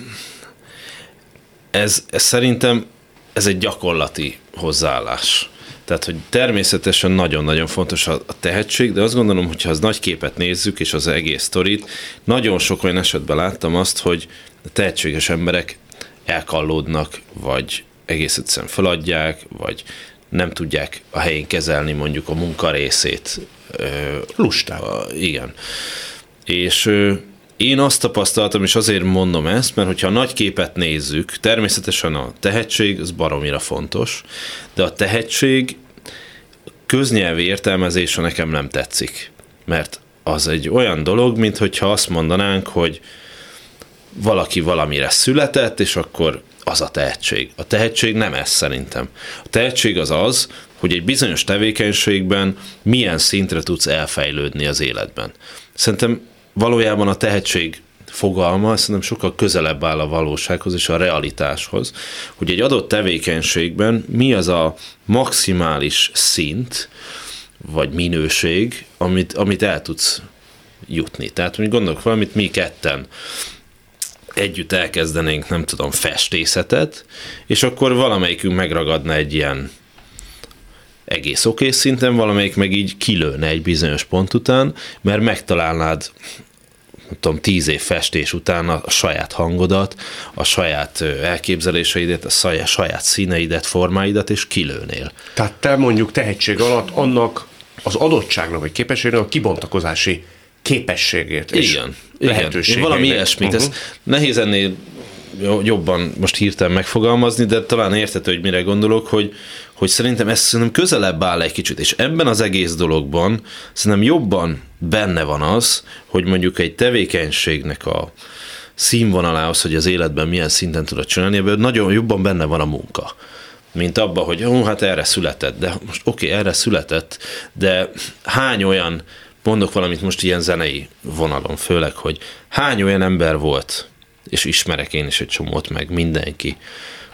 ez, ez szerintem ez egy gyakorlati hozzáállás. Tehát, hogy természetesen nagyon-nagyon fontos a tehetség, de azt gondolom, hogy ha az nagy képet nézzük, és az egész sztorit, nagyon sok olyan esetben láttam azt, hogy a tehetséges emberek elkallódnak, vagy egész egyszerűen feladják, vagy nem tudják a helyén kezelni mondjuk a munka részét. Lustán. Igen. És én azt tapasztaltam, és azért mondom ezt, mert hogyha a nagy képet nézzük, természetesen a tehetség, az baromira fontos, de a tehetség köznyelvi értelmezése nekem nem tetszik. Mert az egy olyan dolog, mint hogyha azt mondanánk, hogy valaki valamire született, és akkor az a tehetség. A tehetség nem ez szerintem. A tehetség az az, hogy egy bizonyos tevékenységben milyen szintre tudsz elfejlődni az életben. Szerintem valójában a tehetség fogalma szerintem sokkal közelebb áll a valósághoz és a realitáshoz, hogy egy adott tevékenységben mi az a maximális szint, vagy minőség, amit, amit el tudsz jutni. Tehát, hogy gondolok valamit, mi ketten együtt elkezdenénk, nem tudom, festészetet, és akkor valamelyikünk megragadna egy ilyen egész oké szinten, valamelyik meg így kilőne egy bizonyos pont után, mert megtalálnád, nem tudom, tíz év festés után a saját hangodat, a saját elképzeléseidet, a saját színeidet, formáidat, és kilőnél. Tehát te mondjuk tehetség alatt annak az adottságnak, vagy képességnek a kibontakozási képességét és igen, lehetőségeinek. Igen, valami ilyesmit. Uh-huh. Ez nehéz ennél jobban most hirtelen megfogalmazni, de talán érthető, hogy mire gondolok, hogy, hogy szerintem ez szerintem közelebb áll egy kicsit, és ebben az egész dologban szerintem jobban benne van az, hogy mondjuk egy tevékenységnek a színvonalához, hogy az életben milyen szinten tudod csinálni, ebben nagyon jobban benne van a munka. Mint abban, hogy ó, hát erre született, de most oké, okay, erre született, de hány olyan, mondok valamit most ilyen zenei vonalon főleg, hogy hány olyan ember volt, és ismerek én is egy csomót meg mindenki,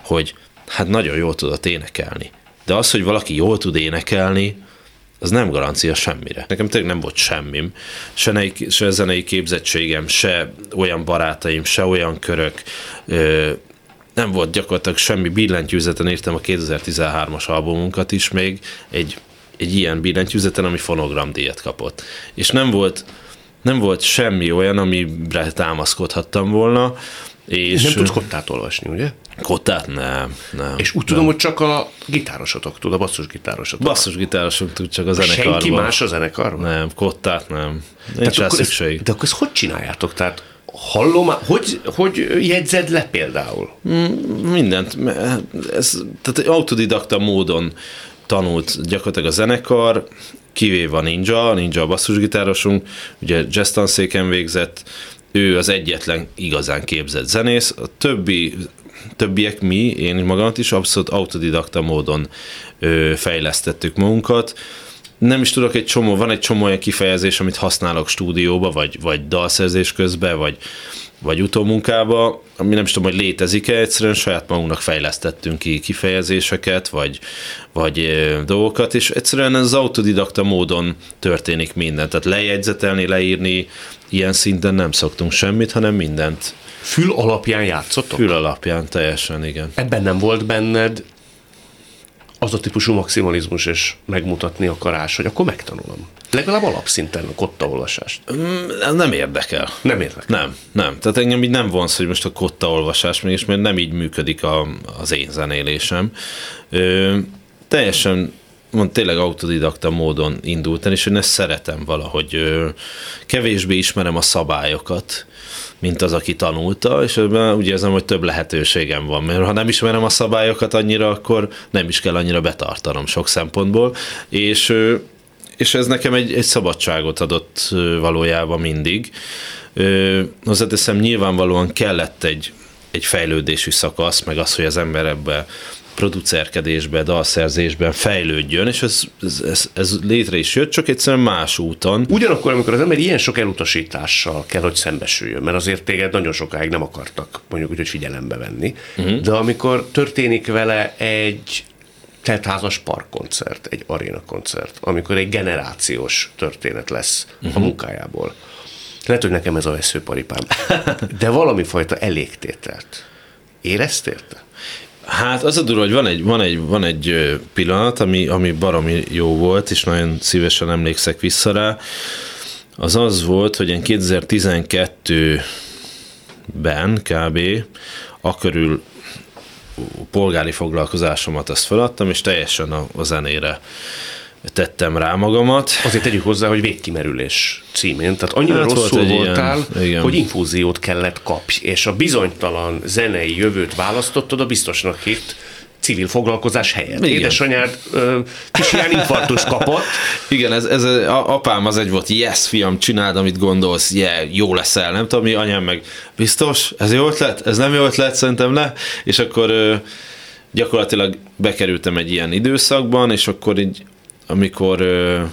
hogy hát nagyon jól tudott énekelni. De az, hogy valaki jól tud énekelni, az nem garancia semmire. Nekem tényleg nem volt semmim, se, ne, se zenei képzettségem, se olyan barátaim, se olyan körök, ö, nem volt gyakorlatilag semmi. Billentyűzeten írtam a kétezer-tizenhármas albumunkat is még, egy, egy ilyen billentyűzeten, ami fonogramdíjat kapott. És nem volt, nem volt semmi olyan, amire támaszkodhattam volna. És nem tudsz kottát olvasni, ugye? Kottát? Nem, nem. És úgy nem. tudom, hogy csak a gitárosotok tud, a basszusgitárosotok. Basszusgitárosok tud, csak a zenekarban. Senki más a zenekarban? Nem, kottát nem. Nincs rá szükség. De akkor ezt hogy csináljátok? Tehát hallom, hogy, hogy jegyzed le például? Mindent. Ez, tehát autodidakta módon tanult gyakorlatilag a zenekar, kivéve a Ninja, a Ninja a basszusgitárosunk, ugye jazz tanszéken végzett, ő az egyetlen igazán képzett zenész, a többi, többiek mi, én magamat is abszolút autodidakta módon ö, fejlesztettük magunkat. Nem is tudok egy csomó, van egy csomó olyan kifejezés, amit használok stúdióba, vagy, vagy dalszerzés közben, vagy, vagy utómunkába, ami nem is tudom, hogy létezik-e, egyszerűen saját magunknak fejlesztettünk ki kifejezéseket, vagy, vagy ö, dolgokat, és egyszerűen ez az autodidakta módon történik minden. Tehát lejegyzetelni, leírni, ilyen szinten nem szoktunk semmit, hanem mindent. Fül alapján játszottok? Fül alapján, teljesen, igen. Ebben nem volt benned az a típusú maximalizmus és megmutatni akarás, hogy akkor megtanulom. Legalább alapszinten a kottaolvasást. Nem érdekel. Nem érdekel? Nem, nem. Tehát engem így nem vonsz, hogy most a kottaolvasás mégis, mert nem így működik a, az én zenélésem. Ö, teljesen mond, tényleg autodidakta módon indultam, és én ezt szeretem valahogy. Ö, kevésbé ismerem a szabályokat, mint az, aki tanulta, és ebben úgy érzem, hogy több lehetőségem van, mert ha nem ismerem a szabályokat annyira, akkor nem is kell annyira betartanom sok szempontból, és, és ez nekem egy, egy szabadságot adott valójában mindig. Hozzáteszem, nyilvánvalóan kellett egy, egy fejlődési szakasz, meg az, hogy az ember ebbe producerkedésben, dalszerzésben fejlődjön, és ez, ez, ez, ez létre is jött, csak egyszerűen más úton. Ugyanakkor, amikor az ember ilyen sok elutasítással kell, hogy szembesüljön, mert azért téged nagyon sokáig nem akartak mondjuk úgy, hogy figyelembe venni, uh-huh. de amikor történik vele egy teltházas parkkoncert, egy arénakoncert, amikor egy generációs történet lesz uh-huh. a munkájából. Lehet, hogy nekem ez a veszőparipám, de valami fajta elégtételt éreztél te? Hát az a durva, hogy van egy, van egy, van egy pillanat, ami, ami baromi jó volt, és nagyon szívesen emlékszek vissza rá. Az az volt, hogy én kétezer-tizenkettőben kb. Akörül polgári foglalkozásomat azt feladtam, és teljesen a, a zenére tettem rá magamat. Azért tegyük hozzá, hogy Végkimerülés címén, tehát annyira hát rosszul voltál, ilyen, hogy infúziót kellett kapj, és a bizonytalan zenei jövőt választottad a biztosnak hitt civil foglalkozás helyett. Igen. Édesanyád kis ilyen infarktus kapott. Igen, ez, ez a, apám az egy volt, yes, fiam, csináld, amit gondolsz, yeah, jó leszel, nem tudom mi, anyám meg, biztos, ez jó ötlet? Ez nem jó ötlet, szerintem le. És akkor gyakorlatilag bekerültem egy ilyen időszakban, és akkor így amikor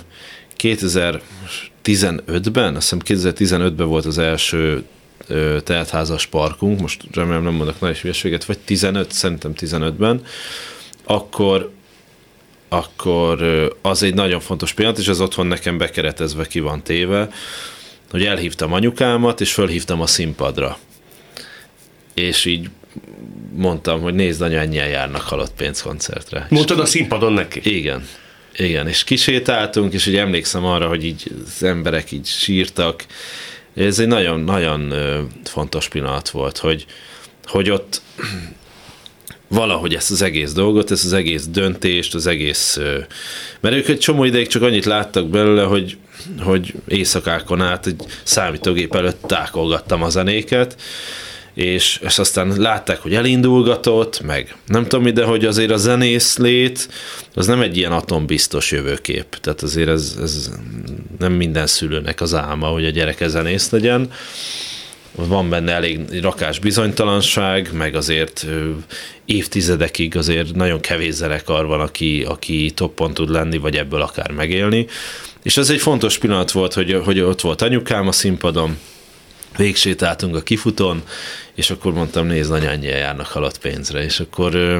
kétezer-tizenötben, azt hiszem kétezer-tizenötben volt az első teltházas parkunk, most remélem nem mondok nagy hülyeséget, vagy tizenöt, szerintem tizenötben, akkor, akkor az egy nagyon fontos pillanat, és az otthon nekem bekeretezve ki van téve, hogy elhívtam anyukámat, és fölhívtam a színpadra. És így mondtam, hogy nézd, anya, ennyien járnak halott pénzkoncertre. Mondtad a színpadon neki? Igen. Igen, és kisétáltunk, és így emlékszem arra, hogy így az emberek így sírtak. Ez egy nagyon-nagyon fontos pillanat volt, hogy, hogy ott valahogy ezt az egész dolgot, ezt az egész döntést, az egész... Mert ők egy csomó ideig csak annyit láttak belőle, hogy, hogy éjszakákon át egy számítógép előtt tákolgattam a zenéket, és, és aztán látták, hogy elindulgatott, meg nem tudom ide, hogy azért a zenész lét, az nem egy ilyen atombiztos jövőkép. Tehát azért ez, ez nem minden szülőnek az álma, hogy a gyereke zenész legyen. Van benne elég rakás bizonytalanság, meg azért évtizedekig azért nagyon kevés zenekar van, aki, aki toppon tud lenni, vagy ebből akár megélni. És ez egy fontos pillanat volt, hogy, hogy ott volt anyukám a színpadon, végsétáltunk a kifutón, és akkor mondtam, nézd, nagy annyian járnak halott pénzre, és akkor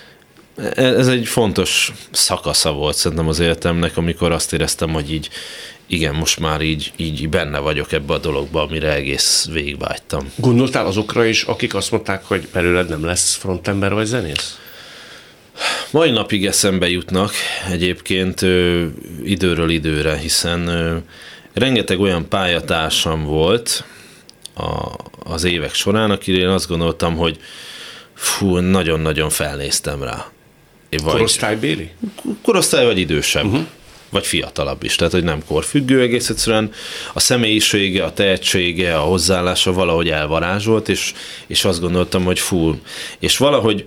ez egy fontos szakasza volt szerintem az életemnek, amikor azt éreztem, hogy így igen, most már így, így benne vagyok ebbe a dologba, amire egész végigvágytam. Gondoltál azokra is, akik azt mondták, hogy belőled nem lesz frontember vagy zenész? Mai napig eszembe jutnak egyébként ö, időről időre, hiszen ö, rengeteg olyan pályatársam volt a, az évek során, akire én azt gondoltam, hogy fú, nagyon-nagyon felnéztem rá. Vagy, korosztálybéli? Korosztály vagy idősebb. Uh-huh. Vagy fiatalabb is, tehát hogy nem korfüggő, egész egyszerűen a személyisége, a tehetsége, a hozzáállása valahogy elvarázsolt, és, és azt gondoltam, hogy fú, és valahogy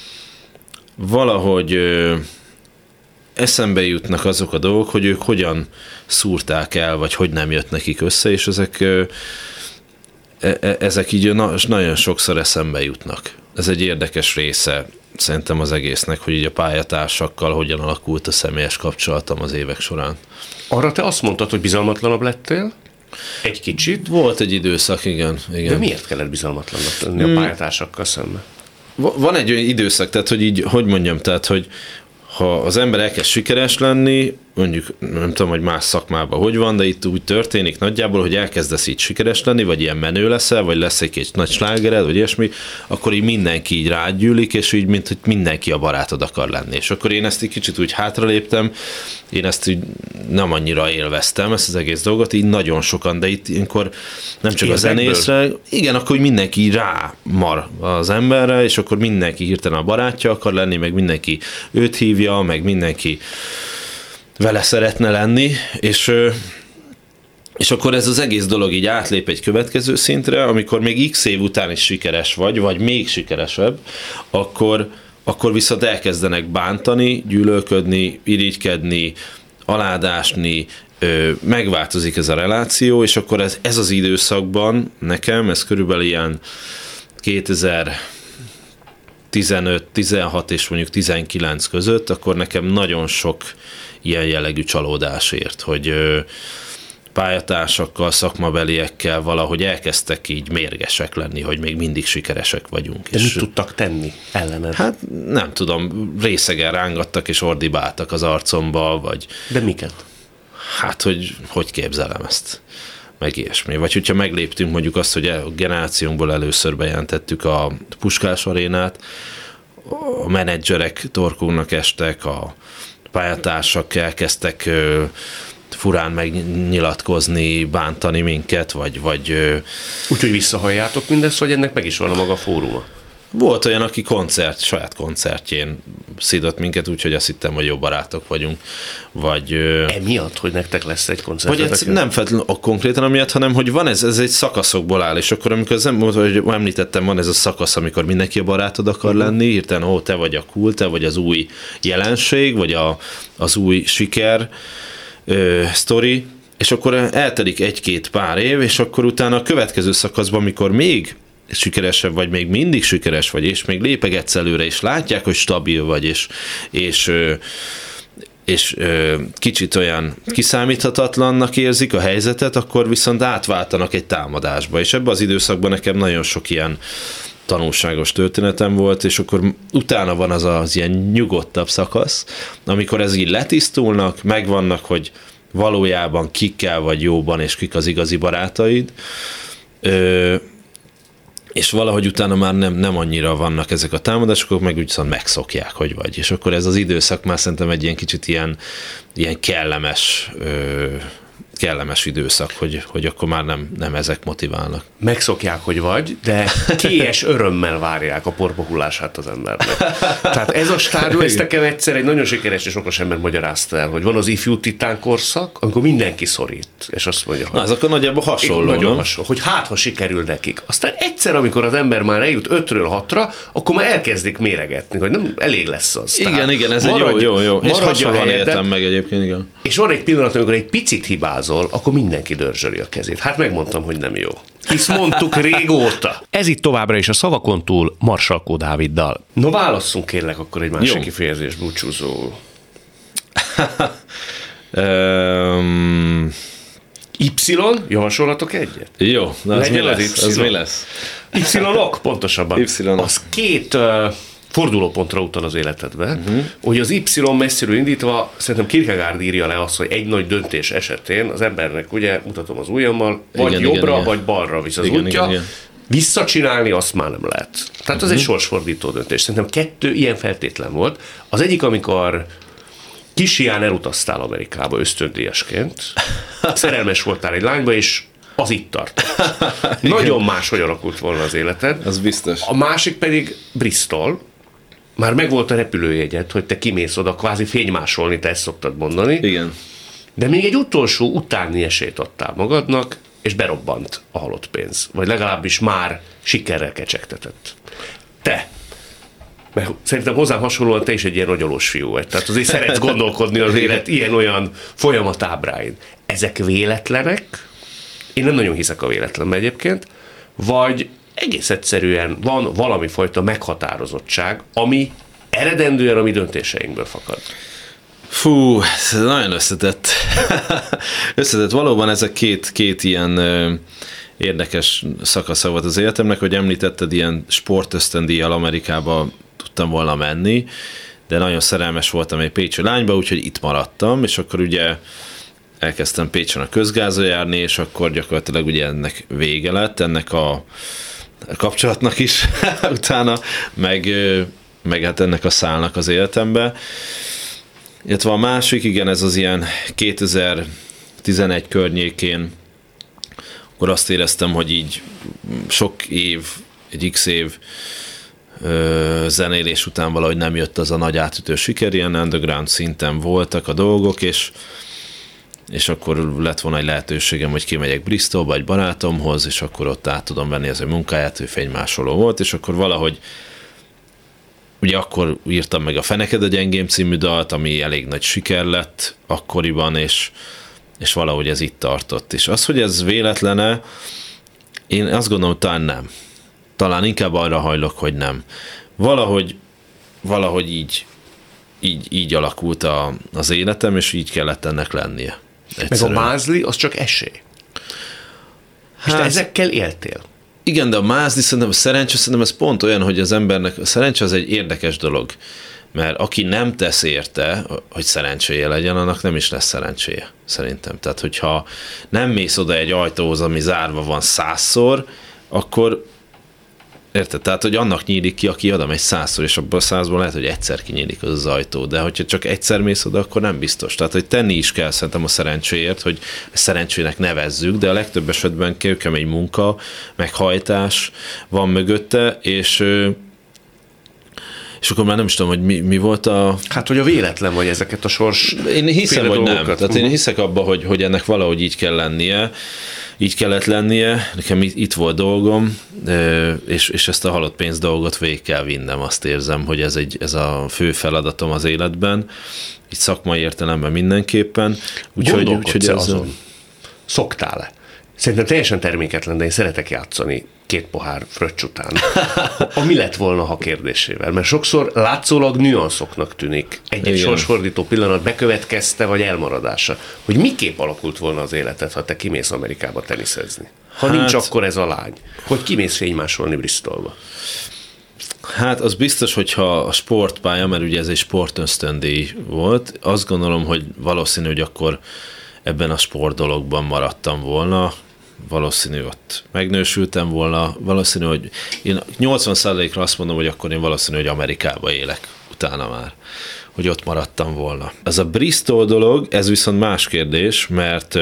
valahogy ö, eszembe jutnak azok a dolgok, hogy ők hogyan szúrták el, vagy hogy nem jött nekik össze, és ezek, ö, e, ezek így na, nagyon sokszor eszembe jutnak. Ez egy érdekes része szerintem az egésznek, hogy így a pályatársakkal hogyan alakult a személyes kapcsolatom az évek során. Arra te azt mondtad, hogy bizalmatlanabb lettél? Egy kicsit? Volt egy időszak, igen. igen. De miért kellett bizalmatlannak lenni hmm. a pályatársakkal szemben? Van egy olyan időszak, tehát hogy így, hogy mondjam, tehát hogy ha az ember elkezd sikeres lenni, mondjuk nem tudom, hogy más szakmában hogy van, de itt úgy történik nagyjából, hogy elkezdesz így sikeres lenni, vagy ilyen menő leszel, vagy lesz egy, egy nagy slágered, vagy ilyesmi, akkor így mindenki így rágyűlik, és így, mint hogy mindenki a barátod akar lenni. És akkor én ezt egy kicsit úgy hátraléptem, én ezt így nem annyira élveztem, ezt az egész dolgot, így nagyon sokan, de itt ilyenkor nem csak a zenészre, igen, akkor mindenki így rámar az emberre, és akkor mindenki hirtelen a barátja akar lenni, meg mindenki őt hívja, meg mindenki vele szeretne lenni, és, és akkor ez az egész dolog így átlép egy következő szintre, amikor még x év után is sikeres vagy, vagy még sikeresebb, akkor, akkor viszont elkezdenek bántani, gyűlölködni, irigykedni, aládásni, megváltozik ez a reláció, és akkor ez, ez az időszakban nekem, ez körülbelül ilyen kétezer-tizenöt, tizenhat és mondjuk tizenkilenc között, akkor nekem nagyon sok ilyen jellegű csalódásért, hogy pályatársakkal, szakmabeliekkel valahogy elkezdtek így mérgesek lenni, hogy még mindig sikeresek vagyunk. De és mit tudtak tenni ellened? Hát nem tudom, részegen rángattak és ordibáltak az arcomba, vagy... De miket? Hát, hogy hogy képzelem ezt, meg ilyesmi. Vagy hogyha megléptünk mondjuk azt, hogy a generációnkból először bejelentettük a Puskás arénát, a menedzserek torkunknak estek, a pályatársak elkezdtek ö, furán megnyilatkozni, bántani minket, vagy... vagy ö... Úgyhogy visszahalljátok mindezt, vagy ennek meg is van a maga fóruma? Volt olyan, aki koncert, saját koncertjén szidott minket, úgyhogy azt hittem, hogy jó barátok vagyunk, vagy... Emiatt, hogy nektek lesz egy koncert? Vagy ez nem feltétlenül konkrétan amiatt, hanem hogy van ez, ez egy szakaszokból áll, és akkor amikor az, hogy említettem, van ez a szakasz, amikor mindenki a barátod akar uh-huh. lenni, hirtelen, ó, te vagy a cool, te vagy az új jelenség, vagy a, az új siker ö, sztori, és akkor eltelik egy-két pár év, és akkor utána a következő szakaszban, amikor még sikeresebb vagy, még mindig sikeres vagy, és még lépegetsz előre, és látják, hogy stabil vagy, és, és, és kicsit olyan kiszámíthatatlannak érzik a helyzetet, akkor viszont átváltanak egy támadásba, és ebben az időszakban nekem nagyon sok ilyen tanulságos történetem volt, és akkor utána van az az ilyen nyugodtabb szakasz, amikor ez így letisztulnak, megvannak, hogy valójában kikkel vagy jóban, és kik az igazi barátaid, és valahogy utána már nem, nem annyira vannak ezek a támadások, meg úgy viszont megszokják, hogy vagy. És akkor ez az időszak már szerintem egy ilyen kicsit ilyen, ilyen kellemes, ö, kellemes időszak, hogy, hogy akkor már nem, nem ezek motiválnak. Megszokják, hogy vagy, de kélyes örömmel várják a porba hullását az embernek. Tehát ez a stádium, ezt nekem egyszer egy nagyon sikeres és okos ember magyarázta el, hogy van az ifjú titán korszak, amikor mindenki szorít, és azt mondja, hogy... Na, ez akkor nagyjából hasonló, nagyon hasonló, hogy hát, ha sikerül nekik. Aztán egyszer, amikor az ember már eljut ötről hatra, akkor már elkezdik méregetni, hogy nem elég lesz az. Igen, Tehát igen, ez maradj, egy jó, jó, jó. És hasonlóan éltem meg egyébként, igen. És van egy pillanat, amikor egy picit hibázol, akkor mindenki dörzsöli a kezét. Hát megmondtam, hogy nem jó. Hisz mondtuk régóta. Ez itt továbbra is a Szavakon túl Marsalkó Dáviddal. No, válasszunk kérlek akkor egy másik kifejezés búcsúzóul. um, Y, javasolhatok egyet? Jó, na az mi lesz? Az mi lesz? Y-ok, pontosabban. Y-ok. Az két uh, fordulópontra utal az életedbe, uh-huh. hogy az Y messziről indítva, szerintem Kierkegaard írja le azt, hogy egy nagy döntés esetén az embernek, ugye, mutatom az ujjammal, vagy igen, jobbra, igen, vagy balra visz az igen, útja, igen, igen. Visszacsinálni azt már nem lehet. Tehát uh-huh. az egy sorsfordító döntés. Szerintem kettő ilyen feltétlen volt. Az egyik, amikor kisiján elutaztál Amerikába ösztöndíjasként, szerelmes voltál egy lányba, és az itt tart. Nagyon máshogy alakult volna az életed. Az biztos. A másik pedig Bristol. Már megvolt a repülőjegyed, hogy te kimész oda kvázi fénymásolni, te ezt szoktad mondani. Igen. De még egy utolsó utáni esélyt adtál magadnak, és berobbant a halott pénz. Vagy legalábbis már sikerrel kecsegtetett. Te. Mert szerintem hozzám hasonlóan te is egy ilyen nagyolós fiú vagy. Tehát azért szeretsz gondolkodni az élet ilyen-olyan folyamatábráin. Ezek véletlenek? Én nem nagyon hiszek a véletlenben egyébként. Vagy egész egyszerűen van valami fajta meghatározottság, ami eredendően a mi döntéseinkből fakad. Fú, ez nagyon összetett. összetett. Valóban ezek két, két ilyen ö, érdekes szakasza volt az életemnek, hogy említetted, ilyen sportösztöndíjjal Amerikába tudtam volna menni, de nagyon szerelmes voltam egy pécsi lányba, úgyhogy itt maradtam, és akkor ugye elkezdtem Pécsen a közgázra járni, és akkor gyakorlatilag ugye ennek vége lett, ennek a kapcsolatnak is utána, meg, meg hát ennek a szálnak az életembe. Illetve a másik, igen, ez az ilyen kétezer-tizenegy környékén, akkor azt éreztem, hogy így sok év, egy x év ö, zenélés után valahogy nem jött az a nagy átütő siker, ilyen underground szinten voltak a dolgok, és és akkor lett volna egy lehetőségem, hogy kimegyek Bristolba egy barátomhoz, és akkor ott át tudom venni az ő munkáját, ő fénymásoló volt, és akkor valahogy ugye akkor írtam meg a Feneked a gyengém című dalt, ami elég nagy siker lett akkoriban, és, és valahogy ez itt tartott. És az, hogy ez véletlene, én azt gondolom, talán nem. Talán inkább arra hajlok, hogy nem. Valahogy, valahogy így, így, így alakult a, az életem, és így kellett ennek lennie. Egyszerűen. Meg a mázli, az csak esély. Hát, és te ezekkel éltél. Igen, de a mázni, szerintem a szerencse, szerintem ez pont olyan, hogy az embernek, a szerencse az egy érdekes dolog, mert aki nem tesz érte, hogy szerencséje legyen, annak nem is lesz szerencséje, szerintem. Tehát, hogyha nem mész oda egy ajtóhoz, ami zárva van százszor, akkor érted? Tehát, hogy annak nyílik ki, aki oda megy százszor, és abban a százból lehet, hogy egyszer kinyílik az, az ajtó, de hogyha csak egyszer mész oda, akkor nem biztos. Tehát, hogy tenni is kell szerintem a szerencséért, hogy szerencsének nevezzük, de a legtöbb esetben kőkemény munka, meghajtás van mögötte, és és akkor már nem is tudom, hogy mi, mi volt a... Hát, hogy a véletlen vagy ezeket a sors... Én hiszem, hogy nem. Tehát uh-huh. én hiszek abba, hogy, hogy ennek valahogy így kell lennie, így kellett lennie, nekem itt volt dolgom, és, és ezt a halott pénz dolgot végig kell vinnem, azt érzem, hogy ez, egy, ez a fő feladatom az életben, így szakmai értelemben mindenképpen. Úgyhogy úgy, azon. Szoktál-e? Szerintem teljesen terméketlen, de én szeretek játszani két pohár fröccs után. A mi lett volna, ha kérdésével? Mert sokszor látszólag nüanszoknak tűnik egy-egy sorsfordító pillanat bekövetkezte, vagy elmaradása. Hogy miképp alakult volna az életed, ha te kimész Amerikába teniszezni? Ha hát, nincs akkor ez a lány. Hogy kimész fénymásolni Bristolba? Hát az biztos, hogyha a sportpálya, mert ugye ez egy sportösztöndíj volt, azt gondolom, hogy valószínű, hogy akkor ebben a sport dologban maradtam volna, valószínű ott megnősültem volna, valószínű, hogy én nyolcvan százalékra azt mondom, hogy akkor én valószínű, hogy Amerikába élek utána már, hogy ott maradtam volna. Ez a Bristol dolog, ez viszont más kérdés, mert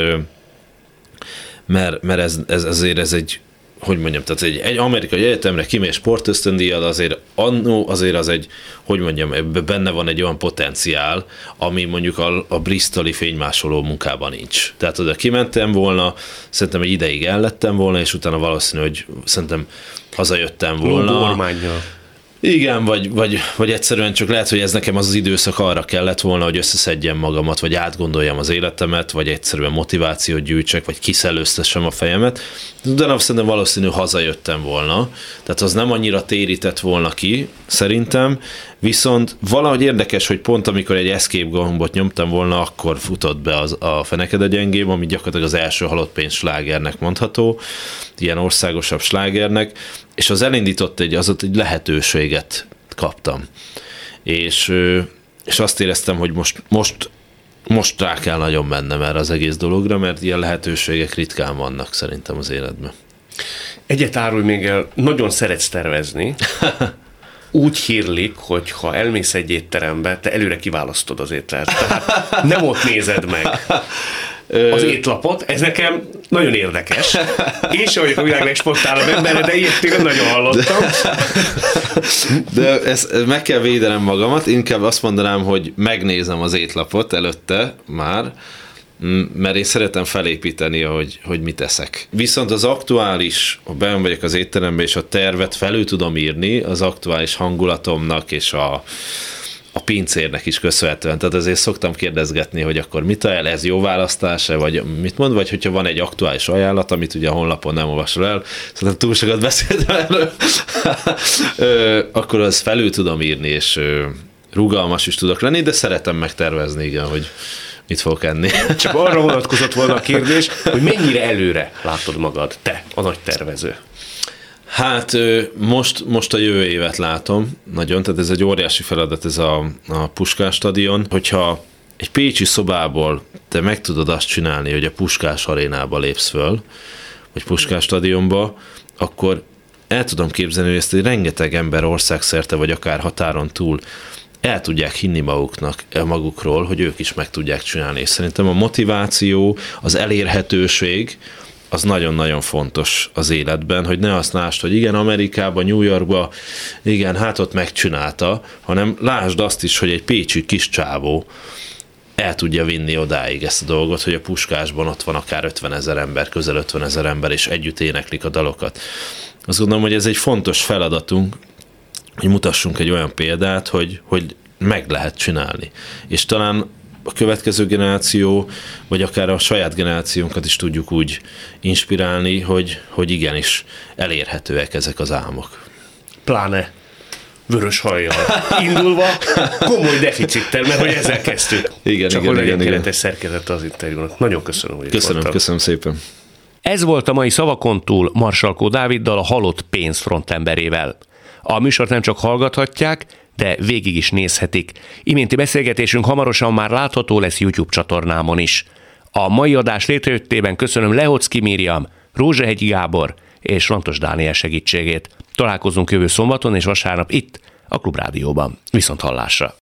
mert, mert ez, ez, ezért ez egy, hogy mondjam, tehát egy, egy amerikai egyetemre kimegy sportösztöndíjjal, azért annó, azért az egy, hogy mondjam, ebben benne van egy olyan potenciál, ami mondjuk a, a bristoli fénymásoló munkában nincs. Tehát oda kimentem volna, szerintem egy ideig ellettem volna, és utána valószínű, hogy szerintem hazajöttem volna. Kormánnyal. Igen, vagy, vagy, vagy egyszerűen csak lehet, hogy ez nekem az az időszak arra kellett volna, hogy összeszedjem magamat, vagy átgondoljam az életemet, vagy egyszerűen motivációt gyűjtsek, vagy kiszellőztessem a fejemet. Utána szerintem valószínű hazajöttem volna, tehát az nem annyira térített volna ki, szerintem, viszont valahogy érdekes, hogy pont amikor egy escape gombot nyomtam volna, akkor futott be az, a Feneked gyengém, ami gyakorlatilag az első halott pénz slágernek mondható, ilyen országosabb slágernek, és az elindított egy, az ott egy lehetőséget kaptam. És, és azt éreztem, hogy most, most, most rá kell nagyon mennem erre az egész dologra, mert ilyen lehetőségek ritkán vannak szerintem az életben. Egyet árulj még el, nagyon szeretsz tervezni. Úgy hírlik, hogy ha elmész egy étterembe, te előre kiválasztod az ételt. Tehát nem ott nézed meg az étlapot. Ez nekem nagyon érdekes. Én sem vagyok a világ legsportálabb embere, de ilyet tényleg nagyon hallottam. De ezt meg kell védenem magamat. Inkább azt mondanám, hogy megnézem az étlapot előtte már, mert én szeretem felépíteni, hogy, hogy mit eszek. Viszont az aktuális, ha benn vagyok az étterembe, és a tervet felül tudom írni az aktuális hangulatomnak és a, a pincérnek is köszönhetően. Tehát azért szoktam kérdezgetni, hogy akkor mit ajánl, ez jó választás-e, vagy mit mond, vagy hogyha van egy aktuális ajánlat, amit ugye a honlapon nem olvasol el, szóval túl sokat beszéltem erről, akkor az felül tudom írni, és rugalmas is tudok lenni, de szeretem megtervezni, igen, hogy mit fogok enni. Csak arra vonatkozott volna a kérdés, hogy mennyire előre látod magad, te, a nagy tervező? Hát most, most a jövő évet látom nagyon, tehát ez egy óriási feladat, ez a, a Puskás stadion. Hogyha egy pécsi szobából te meg tudod azt csinálni, hogy a Puskás arénába lépsz föl, vagy Puskás stadionba, akkor el tudom képzelni, hogy ezt egy rengeteg ember országszerte, vagy akár határon túl el tudják hinni maguknak, magukról, hogy ők is meg tudják csinálni. És szerintem a motiváció, az elérhetőség, az nagyon-nagyon fontos az életben, hogy ne azt lásd, hogy igen, Amerikában, New Yorkban, igen, hát ott megcsinálta, hanem lásd azt is, hogy egy pécsi kis csávó el tudja vinni odáig ezt a dolgot, hogy a Puskásban ott van akár ötvenezer ember, közel ötvenezer ember, és együtt éneklik a dalokat. Azt gondolom, hogy ez egy fontos feladatunk, hogy mutassunk egy olyan példát, hogy, hogy meg lehet csinálni. És talán a következő generáció, vagy akár a saját generációnkat is tudjuk úgy inspirálni, hogy, hogy igenis elérhetőek ezek az álmok. Pláne vörös hajjal indulva, komoly deficittel, mert hogy ezzel kezdtük. Igen, Csak igen, hogy igen, legyen igen. keretes szerkezete az interjúnak. Nagyon köszönöm, hogy Köszönöm, voltam. köszönöm szépen. Ez volt a mai Szavakon túl Marsalkó Dáviddal, a halott pénz frontemberével. A műsort nem csak hallgathatják, de végig is nézhetik. Iménti beszélgetésünk hamarosan már látható lesz YouTube csatornámon is. A mai adás létrejöttében köszönöm Lehocki Miriam, Rózsahegyi Gábor és Lantos Dániel segítségét. Találkozunk jövő szombaton és vasárnap itt, a Klubrádióban. Viszont hallásra!